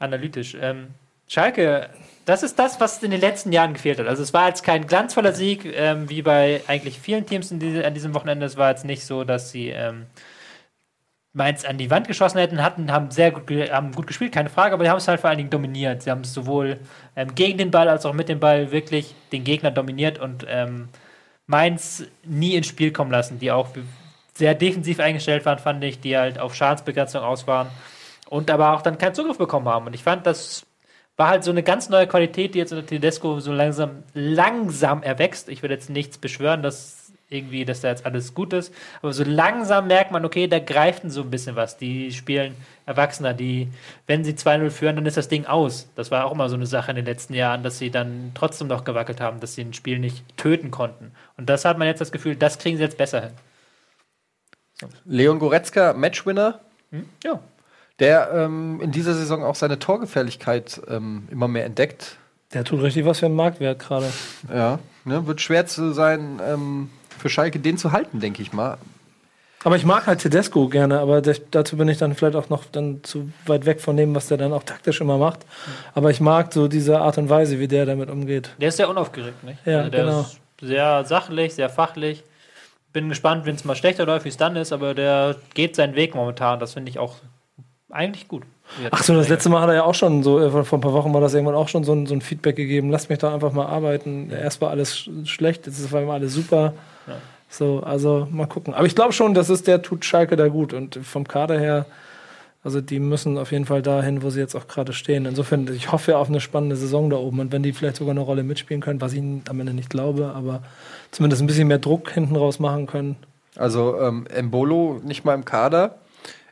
Schalke, das ist das, was in den letzten Jahren gefehlt hat. Also es war jetzt kein glanzvoller Sieg, wie bei eigentlich vielen Teams an diesem Wochenende. Es war jetzt nicht so, dass sie Mainz an die Wand geschossen hätten, haben gut gespielt, keine Frage, aber die haben es halt vor allen Dingen dominiert. Sie haben es sowohl gegen den Ball als auch mit dem Ball wirklich den Gegner dominiert und Mainz nie ins Spiel kommen lassen, die auch sehr defensiv eingestellt waren, fand ich, die halt auf Schadensbegrenzung aus waren und aber auch dann keinen Zugriff bekommen haben. Und ich fand, das war halt so eine ganz neue Qualität, die jetzt unter Tedesco so langsam erwächst. Ich will jetzt nichts beschwören, dass da jetzt alles gut ist. Aber so langsam merkt man, okay, da greift so ein bisschen was. Die spielen Erwachsener, wenn sie 2:0 führen, dann ist das Ding aus. Das war auch immer so eine Sache in den letzten Jahren, dass sie dann trotzdem noch gewackelt haben, dass sie ein Spiel nicht töten konnten. Und das hat man jetzt das Gefühl, das kriegen sie jetzt besser hin. So. Leon Goretzka, Matchwinner. Ja. Der in dieser Saison auch seine Torgefährlichkeit immer mehr entdeckt. Der tut richtig was für einen Marktwert gerade. Ja, wird schwer zu sein, für Schalke den zu halten, denke ich mal. Aber ich mag halt Tedesco gerne, aber dazu bin ich dann vielleicht auch noch dann zu weit weg von dem, was der dann auch taktisch immer macht. Aber ich mag so diese Art und Weise, wie der damit umgeht. Der ist sehr unaufgeregt, nicht? Ja, also der genau. ist sehr sachlich, sehr fachlich. Bin gespannt, wenn es mal schlechter läuft, wie es dann ist, aber der geht seinen Weg momentan. Das finde ich auch eigentlich gut. Ach so, das letzte Mal hat er ja auch schon so, vor ein paar Wochen war das irgendwann auch schon so ein Feedback gegeben. Lasst mich doch einfach mal arbeiten. Erst war alles schlecht, jetzt ist immer alles super. Ja. So, also mal gucken. Aber ich glaube schon, der tut Schalke da gut. Und vom Kader her, also die müssen auf jeden Fall dahin, wo sie jetzt auch gerade stehen. Insofern, ich hoffe auf eine spannende Saison da oben. Und wenn die vielleicht sogar eine Rolle mitspielen können, was ich am Ende nicht glaube, aber zumindest ein bisschen mehr Druck hinten raus machen können. Also Embolo nicht mal im Kader.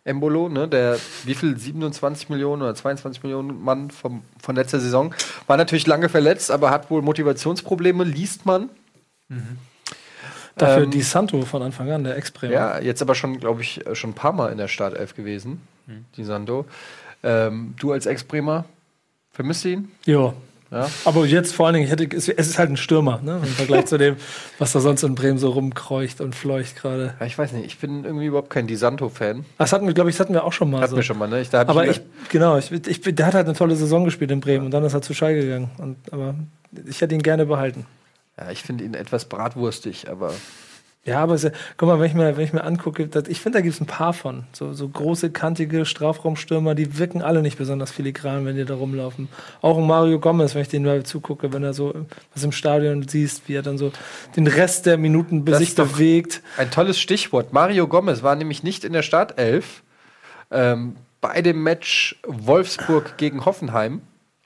Embolo, ne, der wie viel 27 Millionen oder 22 Millionen Mann von letzter Saison, war natürlich lange verletzt, aber hat wohl Motivationsprobleme, liest man. Dafür Di Santo von Anfang an, der Ex-Bremer. Ja, jetzt aber schon, glaube ich, schon ein paar Mal in der Startelf gewesen, Di Santo. Du als Ex-Bremer, vermisst du ihn? Ja. Ja. Aber jetzt vor allen Dingen, es ist halt ein Stürmer, ne? Im Vergleich zu dem, was da sonst in Bremen so rumkreucht und fleucht gerade. Ja, ich weiß nicht, ich bin irgendwie überhaupt kein Di Santo-Fan. Das hatten wir auch schon mal. Hatten wir schon mal, ne? Der hat halt eine tolle Saison gespielt in Bremen und dann ist er zu Schalke gegangen. Aber ich hätte ihn gerne behalten. Ja, ich finde ihn etwas bratwurstig, aber. Ja, aber guck mal, wenn ich mir angucke, ich finde, da gibt es ein paar von. So große, kantige Strafraumstürmer, die wirken alle nicht besonders filigran, wenn die da rumlaufen. Auch ein Mario Gomez, wenn ich den mal zugucke, wenn er so was im Stadion siehst, wie er dann so den Rest der Minuten sich bewegt. Ein tolles Stichwort. Mario Gomez war nämlich nicht in der Startelf bei dem Match Wolfsburg gegen Hoffenheim.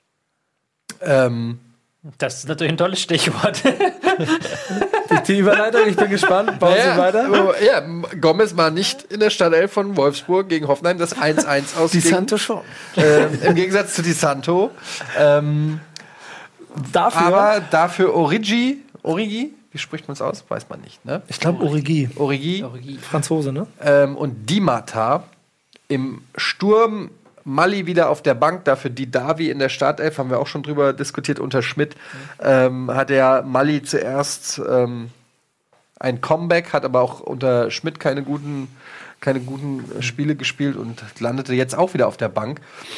Das ist natürlich ein tolles Stichwort. Die Überleitung, ich bin gespannt. Bauen Sie weiter. Ja, Gomez war nicht in der Startelf von Wolfsburg gegen Hoffenheim, das 1-1 aus. Di Santo schon. Im Gegensatz zu Di Santo. Dafür Origi, wie spricht man es aus? Weiß man nicht, ne? Ich glaube Origi. Franzose, ne? Und Di Matta im Sturm. Mali wieder auf der Bank, dafür Didavi in der Startelf, haben wir auch schon drüber diskutiert, unter Schmidt hat der Mali zuerst ein Comeback, hat aber auch unter Schmidt keine guten Spiele gespielt und landete jetzt auch wieder auf der Bank.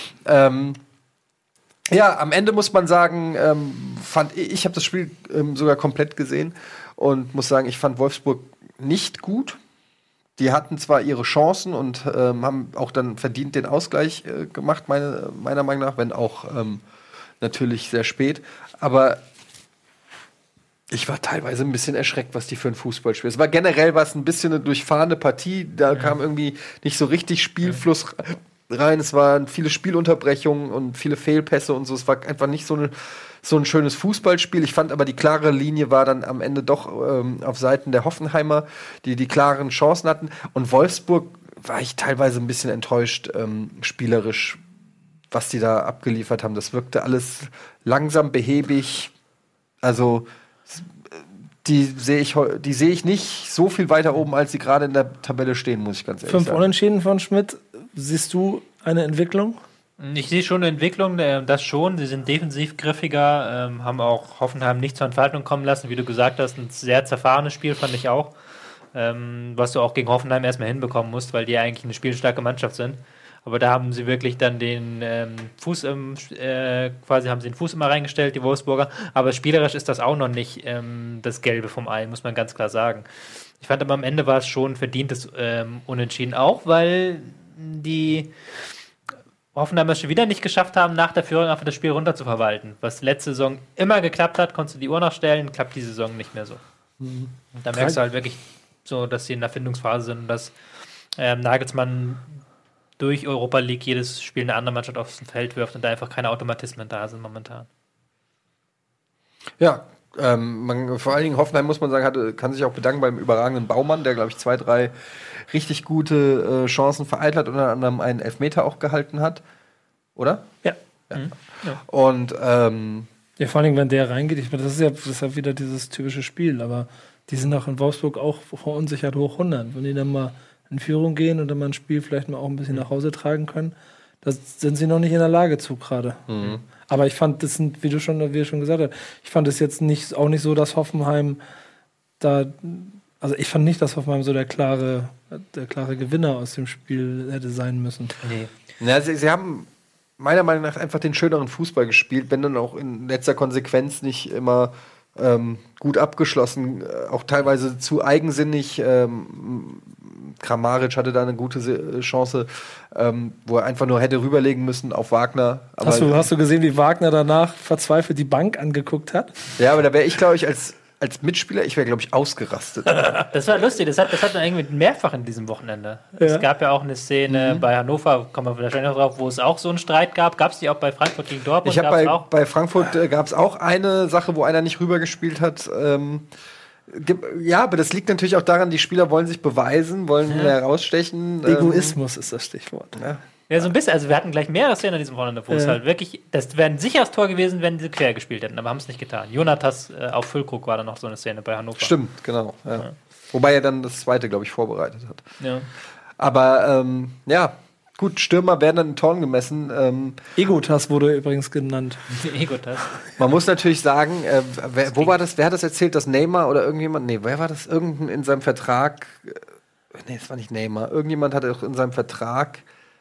Ja, am Ende muss man sagen, ich habe das Spiel sogar komplett gesehen und muss sagen, ich fand Wolfsburg nicht gut. Die hatten zwar ihre Chancen und haben auch dann verdient den Ausgleich gemacht, meiner Meinung nach, wenn auch natürlich sehr spät. Aber ich war teilweise ein bisschen erschreckt, was die für ein Fußball spielen. Es war generell ein bisschen eine durchfahrene Partie. Da kam irgendwie nicht so richtig Spielfluss rein. Es waren viele Spielunterbrechungen und viele Fehlpässe und so. Es war einfach nicht so ein schönes Fußballspiel. Ich fand aber, die klare Linie war dann am Ende doch auf Seiten der Hoffenheimer, die klaren Chancen hatten. Und Wolfsburg war ich teilweise ein bisschen enttäuscht, spielerisch, was die da abgeliefert haben. Das wirkte alles langsam, behäbig. Also die sehe ich nicht so viel weiter oben, als sie gerade in der Tabelle stehen, muss ich ganz ehrlich sagen. 5 Unentschieden von Schmidt. Siehst du eine Entwicklung? Ich sehe schon eine Entwicklung, das schon. Sie sind defensiv griffiger, haben auch Hoffenheim nicht zur Entfaltung kommen lassen. Wie du gesagt hast, ein sehr zerfahrenes Spiel fand ich auch. Was du auch gegen Hoffenheim erstmal hinbekommen musst, weil die eigentlich eine spielstarke Mannschaft sind. Aber da haben sie wirklich dann den Fuß haben sie den Fuß immer reingestellt, die Wolfsburger. Aber spielerisch ist das auch noch nicht das Gelbe vom Ei, muss man ganz klar sagen. Ich fand aber am Ende war es schon verdientes Unentschieden auch, weil die Hoffenheim es schon wieder nicht geschafft haben, nach der Führung einfach das Spiel runter zu verwalten. Was letzte Saison immer geklappt hat, konntest du die Uhr noch stellen, klappt die Saison nicht mehr so. Und da merkst du halt wirklich so, dass sie in der Findungsphase sind und dass Nagelsmann durch Europa League jedes Spiel eine andere Mannschaft aufs Feld wirft und da einfach keine Automatismen da sind momentan. Ja, vor allen Dingen Hoffenheim, muss man sagen, kann sich auch bedanken beim überragenden Baumann, der, glaube ich, 2, 3 richtig gute Chancen vereitelt hat, unter anderem einen Elfmeter auch gehalten hat. Oder? Ja. Ja. Und vor allen Dingen, wenn der reingeht, ich meine, das ist ja wieder dieses typische Spiel, aber die sind auch in Wolfsburg auch verunsichert hoch 100. Wenn die dann mal in Führung gehen und dann mal ein Spiel vielleicht mal auch ein bisschen nach Hause tragen können, da sind sie noch nicht in der Lage zu gerade. Aber ich fand, wie du schon gesagt hast, ich fand es jetzt auch nicht so, dass Hoffenheim ich fand nicht, dass Hoffenheim so der klare Gewinner aus dem Spiel hätte sein müssen. Nee. Ja, sie haben meiner Meinung nach einfach den schöneren Fußball gespielt, wenn dann auch in letzter Konsequenz nicht immer gut abgeschlossen, auch teilweise zu eigensinnig. Kramaric hatte da eine gute Chance, wo er einfach nur hätte rüberlegen müssen auf Wagner. Aber hast du gesehen, wie Wagner danach verzweifelt die Bank angeguckt hat? Ja, aber da wäre ich, glaube ich, als Mitspieler, glaube ich, ausgerastet. Das war lustig, das hat man irgendwie mehrfach in diesem Wochenende. Ja. Es gab ja auch eine Szene bei Hannover, kommen wir wahrscheinlich noch drauf, wo es auch so einen Streit gab. Gab es die auch bei Frankfurt gegen Dortmund? Bei Frankfurt gab es auch eine Sache, wo einer nicht rübergespielt hat. Ja, aber das liegt natürlich auch daran, die Spieler wollen sich beweisen, wollen herausstechen. Egoismus ist das Stichwort. Ja, so ein bisschen. Also wir hatten gleich mehrere Szenen an diesem Wochenende, wo es halt wirklich, das wäre ein sicheres Tor gewesen, wenn sie quer gespielt hätten, aber haben es nicht getan. Jonatas auf Füllkrug war da noch so eine Szene bei Hannover. Stimmt, genau. Ja. Wobei er dann das zweite, glaube ich, vorbereitet hat. Ja. Aber gut, Stürmer werden dann in Toren gemessen. Egotas wurde übrigens genannt. Egotas. Man muss natürlich sagen, wo war das? Wer hat das erzählt, dass Neymar oder irgendjemand? Nee, wer war das? Irgendein in seinem Vertrag. Nee, es war nicht Neymar. Irgendjemand hatte auch in seinem Vertrag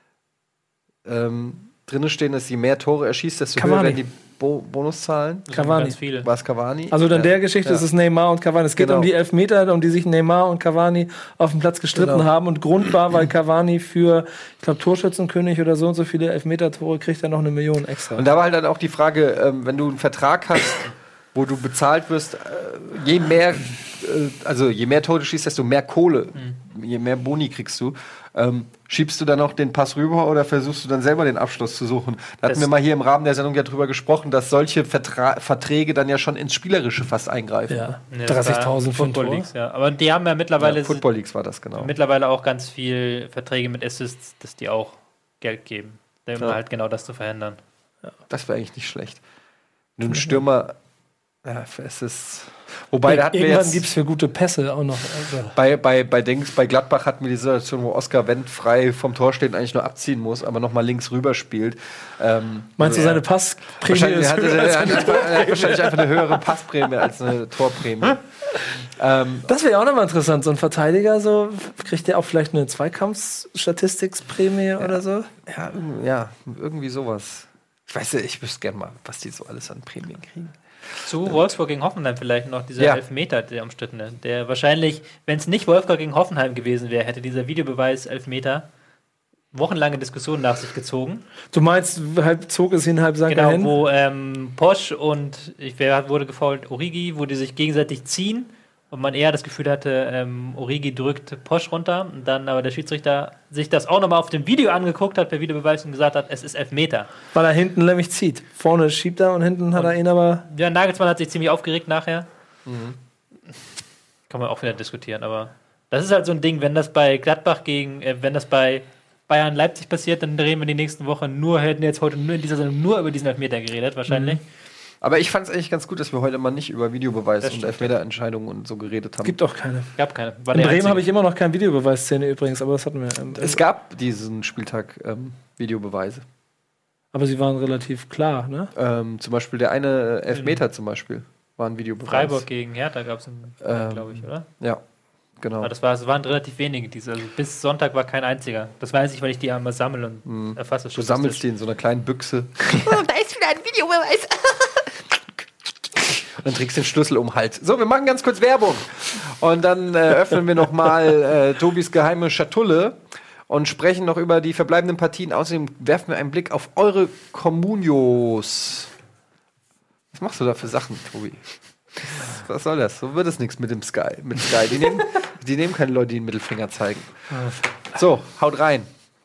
drinne stehen, dass je mehr Tore er schießt, desto höher werden die Bonuszahlen. Cavani. Ganz viele. War es Cavani? Also in der Geschichte ist es Neymar und Cavani. Es geht Genau. um die Elfmeter, um die sich Neymar und Cavani auf dem Platz gestritten haben. Und Grund war, weil Cavani für, ich glaube, Torschützenkönig oder so und so viele Elfmeter-Tore kriegt er noch 1 Million extra. Und da war halt dann auch die Frage, wenn du einen Vertrag hast, wo du bezahlt wirst, je mehr Tore du schießt, desto mehr Kohle, je mehr Boni kriegst du. Schiebst du dann auch den Pass rüber oder versuchst du dann selber den Abschluss zu suchen? Da hatten wir mal hier im Rahmen der Sendung ja drüber gesprochen, dass solche Verträge dann ja schon ins Spielerische fast eingreifen. Ja, Nee, 30.000 für ein Football Tor. Leagues, ja. Aber die haben ja mittlerweile Ja, Football Leagues war das, genau. mittlerweile auch ganz viel Verträge mit Assists, dass die auch Geld geben, um halt genau das zu verhindern. Das wäre eigentlich nicht schlecht. Nur ein Stürmer, es ist. Wobei, da hatten wir Irgendwann jetzt. gibt es für gute Pässe auch noch. Also. Bei Gladbach hatten wir die Situation, wo Oskar Wendt frei vom Tor steht und eigentlich nur abziehen muss, aber nochmal links rüber spielt. Meinst du, seine Passprämie Wahrscheinlich ist hat höher als eine er wahrscheinlich einfach eine höhere Passprämie als eine Torprämie. Das wäre ja auch nochmal interessant. So ein Verteidiger, so kriegt der auch vielleicht eine Zweikampfstatistikszprämie oder so? Ja, irgendwie sowas. Ich weiß ja, ich wüsste gerne mal, was die so alles an Prämien kriegen. Zu Wolfsburg gegen Hoffenheim vielleicht noch dieser Ja. Elfmeter, der umstrittene. Der wahrscheinlich, wenn es nicht Wolfsburg gegen Hoffenheim gewesen wäre, hätte dieser Videobeweis Elfmeter wochenlange Diskussionen nach sich gezogen. Du meinst, halb zog es hin, halb sank er Genau, hin? wo Posch und wer wurde gefoult? Origi, wo die sich gegenseitig ziehen und man eher das Gefühl hatte, Origi drückt Posch runter und dann aber der Schiedsrichter sich das auch nochmal auf dem Video angeguckt hat, per Videobeweis und gesagt hat, es ist Elfmeter. Weil er hinten nämlich zieht. Vorne schiebt er und hinten hat er ihn aber. Ja, Nagelsmann hat sich ziemlich aufgeregt nachher. Kann man auch wieder diskutieren, aber das ist halt so ein Ding, wenn das bei Gladbach wenn das bei Bayern Leipzig passiert, dann drehen wir die nächsten Wochen hätten jetzt heute nur in dieser Sendung nur über diesen Elfmeter geredet, wahrscheinlich. Aber ich fand es eigentlich ganz gut, dass wir heute mal nicht über Videobeweis Das und stimmt. Elfmeterentscheidungen und so geredet haben. Gibt auch keine. Gab keine. War In der Bremen einzige. habe ich immer noch keine Videobeweisszene übrigens, aber das hatten wir. Es gab diesen Spieltag Videobeweise. Aber sie waren relativ klar, ne? Zum Beispiel der eine Elfmeter zum Beispiel war ein Videobeweis. Freiburg gegen Hertha gab es, glaube ich, oder? Ja, genau. Aber es waren relativ wenige diese. Also bis Sonntag war kein einziger. Das weiß ich, weil ich die einmal sammle und erfasse. Du sammelst die in so einer kleinen Büchse. Da ist wieder ein Videobeweis. Und dann trägst du den Schlüssel um den Hals. So, wir machen ganz kurz Werbung. Und dann öffnen wir nochmal Tobis geheime Schatulle und sprechen noch über die verbleibenden Partien. Außerdem werfen wir einen Blick auf eure Communios. Was machst du da für Sachen, Tobi? Was soll das? So wird es nichts mit dem Sky. Mit Sky. Die nehmen keine Leute, die den Mittelfinger zeigen. So, haut rein.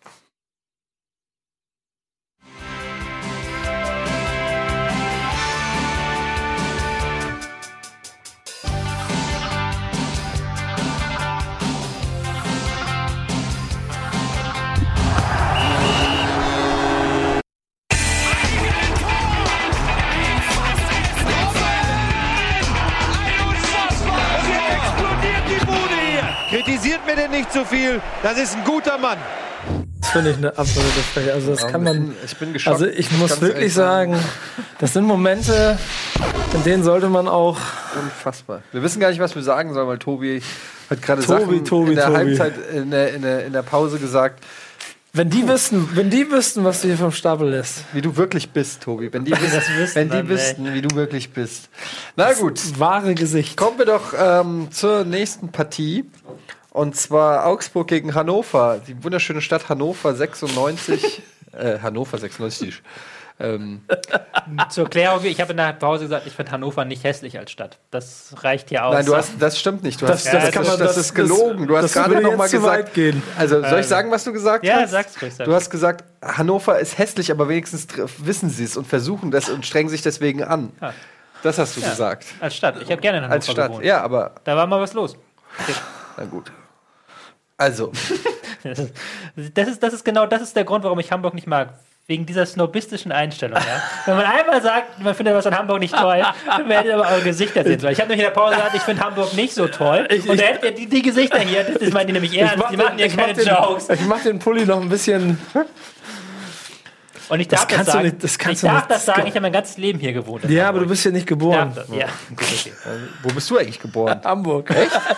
Kritisiert mir denn nicht zu viel. Das ist ein guter Mann. Das finde ich eine absolute Frechheit. Also das kann man. Ich bin geschockt. Also ich muss Ganz wirklich ehrlich sagen, das sind Momente, in denen sollte man auch. Unfassbar. Wir wissen gar nicht, was wir sagen sollen, weil Tobi hat gerade Tobi, Sachen in der Tobi. Halbzeit, in der Pause gesagt, Wenn die wüssten, was du hier vom Stapel lässt. wie du wirklich bist, Tobi. Wenn die das wüssten, wenn die dann, wüssten, wie du wirklich bist. Na gut, Wahre Gesicht. kommen wir doch zur nächsten Partie. Und zwar Augsburg gegen Hannover. Die wunderschöne Stadt Hannover 96. Hannover 96. Zur Klärung, ich habe in der Pause gesagt, ich finde Hannover nicht hässlich als Stadt. Das reicht hier aus. Nein, das stimmt nicht. Das ist gelogen. Du hast das gerade würde noch jetzt mal zu gesagt. weit gehen. Also, soll ich sagen, was du gesagt Ja, hast? sag's ruhig. Du hast gesagt, Hannover ist hässlich, aber wenigstens wissen sie es und versuchen das und strengen sich deswegen an. Ja. Das hast du gesagt. Als Stadt. Ich habe gerne in Hannover Als Stadt, gewohnt. ja, aber Da war mal was los. na gut. Also, Das ist der Grund, warum ich Hamburg nicht mag. Wegen dieser snobistischen Einstellung. Ja? Wenn man einmal sagt, man findet was an Hamburg nicht toll, dann werdet ihr aber eure Gesichter sehen. Ich habe nämlich in der Pause gesagt, ich finde Hamburg nicht so toll. Und da hättet ihr die Gesichter hier, das meinen die nämlich ernst. Die machen hier keine Jokes. Ich mach den Pulli noch ein bisschen. Und ich darf das sagen. Ich darf das sagen, ich habe mein ganzes Leben hier gewohnt. in Ja, Hamburg. aber du bist hier nicht geboren. Ja, gut, okay. wo bist du eigentlich geboren? Hamburg.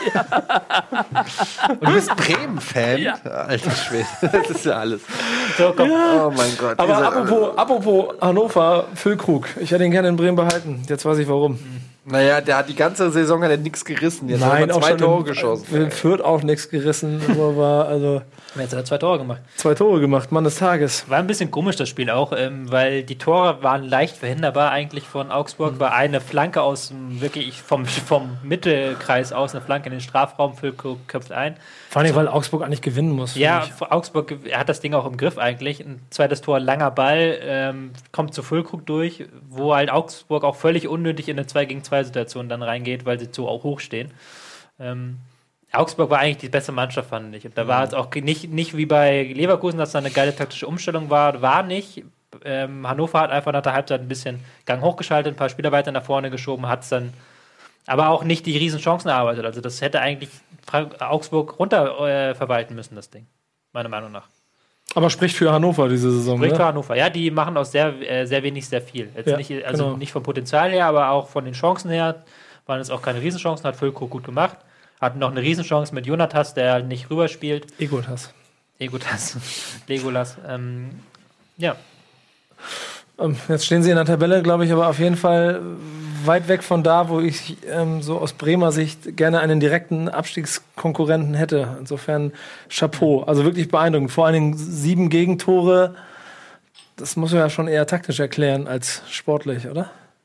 Und du bist Bremen-Fan? Ja. Alter Schwede, das ist ja alles. So, komm. Oh mein Gott. Aber ihr seid apropos Hannover, Füllkrug. Ich hätte ihn gerne in Bremen behalten. Jetzt weiß ich warum. naja, der hat die ganze Saison nichts gerissen. Jetzt hat er auch 2 schon Tore geschossen. In Fürth auch nichts gerissen. Aber war also Jetzt hat er 2 Tore gemacht. 2 Tore gemacht, Mann des Tages. War ein bisschen komisch, das Spiel auch, weil die Tore waren leicht verhinderbar eigentlich von Augsburg. War eine Flanke aus dem, wirklich vom Mittelkreis aus, eine Flanke in den Strafraum, Füllkrug köpft ein. Vor allem, weil Augsburg eigentlich gewinnen muss. Ja, Augsburg hat das Ding auch im Griff eigentlich. Ein zweites Tor, langer Ball, kommt zu Füllkrug durch, wo halt Augsburg auch völlig unnötig in eine 2-gegen-2-Situation dann reingeht, weil sie zu auch hoch stehen. Augsburg war eigentlich die beste Mannschaft, fand ich. Und da war es auch nicht wie bei Leverkusen, dass da eine geile taktische Umstellung war nicht. Hannover hat einfach nach der Halbzeit ein bisschen Gang hochgeschaltet, ein paar Spieler weiter nach vorne geschoben, hat es dann aber auch nicht die riesen Chancen erarbeitet. Also das hätte eigentlich Augsburg runter verwalten müssen, das Ding. Meiner Meinung nach. Aber spricht für Hannover diese Saison, Spricht ne? für Hannover. Ja, die machen aus sehr wenig sehr viel. Jetzt Ja, nicht, genau. nicht vom Potenzial her, aber auch von den Chancen her waren es auch keine Riesenchancen, hat Füllkrug gut gemacht. Hatten noch eine Riesenchance mit Jonatas, der nicht rüberspielt. Egotas. Legolas. Ja. Jetzt stehen sie in der Tabelle, glaube ich, aber auf jeden Fall weit weg von da, wo ich so aus Bremer Sicht gerne einen direkten Abstiegskonkurrenten hätte. Insofern Chapeau. Also wirklich beeindruckend. Vor allen Dingen 7 Gegentore. Das muss man ja schon eher taktisch erklären als sportlich, oder?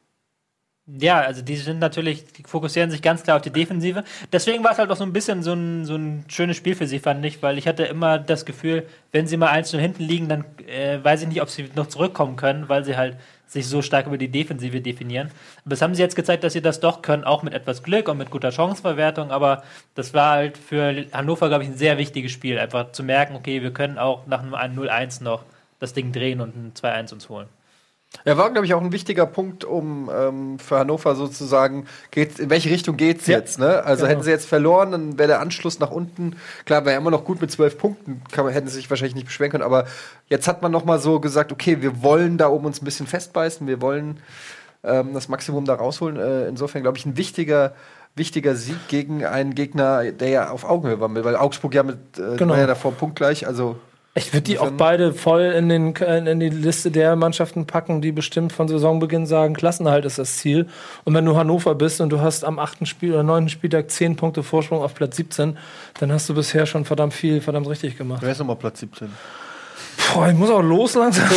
Ja, also die fokussieren sich ganz klar auf die Defensive. Deswegen war es halt auch so ein bisschen so ein schönes Spiel für sie, fand ich, weil ich hatte immer das Gefühl, wenn sie mal 1-0 hinten liegen, dann weiß ich nicht, ob sie noch zurückkommen können, weil sie halt sich so stark über die Defensive definieren. Aber das haben sie jetzt gezeigt, dass sie das doch können, auch mit etwas Glück und mit guter Chancenverwertung, aber das war halt für Hannover, glaube ich, ein sehr wichtiges Spiel, einfach zu merken, okay, wir können auch nach einem 0-1 noch das Ding drehen und ein 2-1 uns holen. Ja, war, glaube ich, auch ein wichtiger Punkt, um für Hannover sozusagen, in welche Richtung geht's jetzt, ne? Also genau. hätten sie jetzt verloren, dann wäre der Anschluss nach unten, klar, wäre immer noch gut mit 12 Punkten, hätten sie sich wahrscheinlich nicht beschweren können, aber jetzt hat man noch mal so gesagt, okay, wir wollen da oben uns ein bisschen festbeißen, wir wollen das Maximum da rausholen. Insofern, glaube ich, ein wichtiger Sieg gegen einen Gegner, der ja auf Augenhöhe war, weil Augsburg ja war ja davor punktgleich, also Ich würde die auch beide voll in die Liste der Mannschaften packen, die bestimmt von Saisonbeginn sagen, Klassenerhalt ist das Ziel. Und wenn du Hannover bist und du hast am 8. Spiel oder 9. Spieltag 10 Punkte Vorsprung auf Platz 17, dann hast du bisher schon verdammt richtig gemacht. wer ist nochmal Platz 17? Boah, ich muss auch los langsam.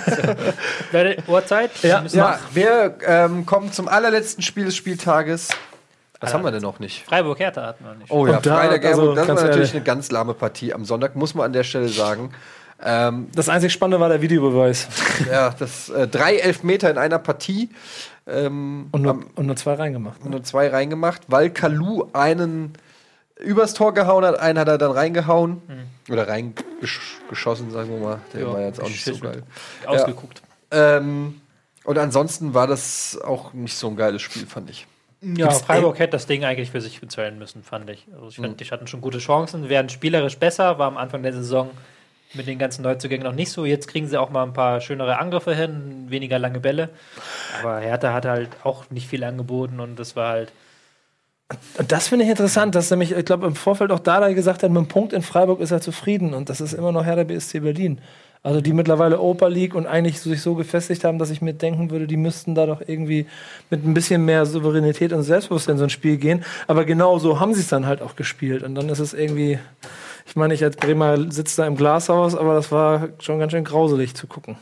Uhrzeit? Ja. Wir kommen zum allerletzten Spiel des Spieltages. Was haben wir denn noch nicht? Freiburg-Hertha hatten wir nicht. Oh ja, Und da, Freitag, also, das war ganz natürlich ehrlich. eine ganz lahme Partie am Sonntag, muss man an der Stelle sagen. Das einzig Spannende war der Videobeweis. Ja, das 3 Elfmeter in einer Partie. Und nur 2 reingemacht. Und nur 2 reingemacht, weil Kalou einen übers Tor gehauen hat, einen hat er dann reingehauen. Oder reingeschossen, sagen wir mal. Der war jetzt auch nicht so geil. Ausgeguckt. Ja. Und ansonsten war das auch nicht so ein geiles Spiel, fand ich. Ja, Freiburg hätte das Ding eigentlich für sich bezahlen müssen, fand ich. Also ich fand, die hatten schon gute Chancen, werden spielerisch besser, war am Anfang der Saison mit den ganzen Neuzugängen noch nicht so. Jetzt kriegen sie auch mal ein paar schönere Angriffe hin, weniger lange Bälle. Aber Hertha hat halt auch nicht viel angeboten und das war halt. Und das finde ich interessant, dass nämlich, ich glaube, im Vorfeld auch Dardai gesagt hat, mit einem Punkt in Freiburg ist er zufrieden. Und das ist immer noch Hertha BSC Berlin. Also die mittlerweile Europa League und eigentlich sich so gefestigt haben, dass ich mir denken würde, die müssten da doch irgendwie mit ein bisschen mehr Souveränität und Selbstbewusstsein in so ein Spiel gehen. Aber genau so haben sie es dann halt auch gespielt. Und dann ist es irgendwie, ich meine, ich als Bremer sitze da im Glashaus, aber das war schon ganz schön grauselig zu gucken.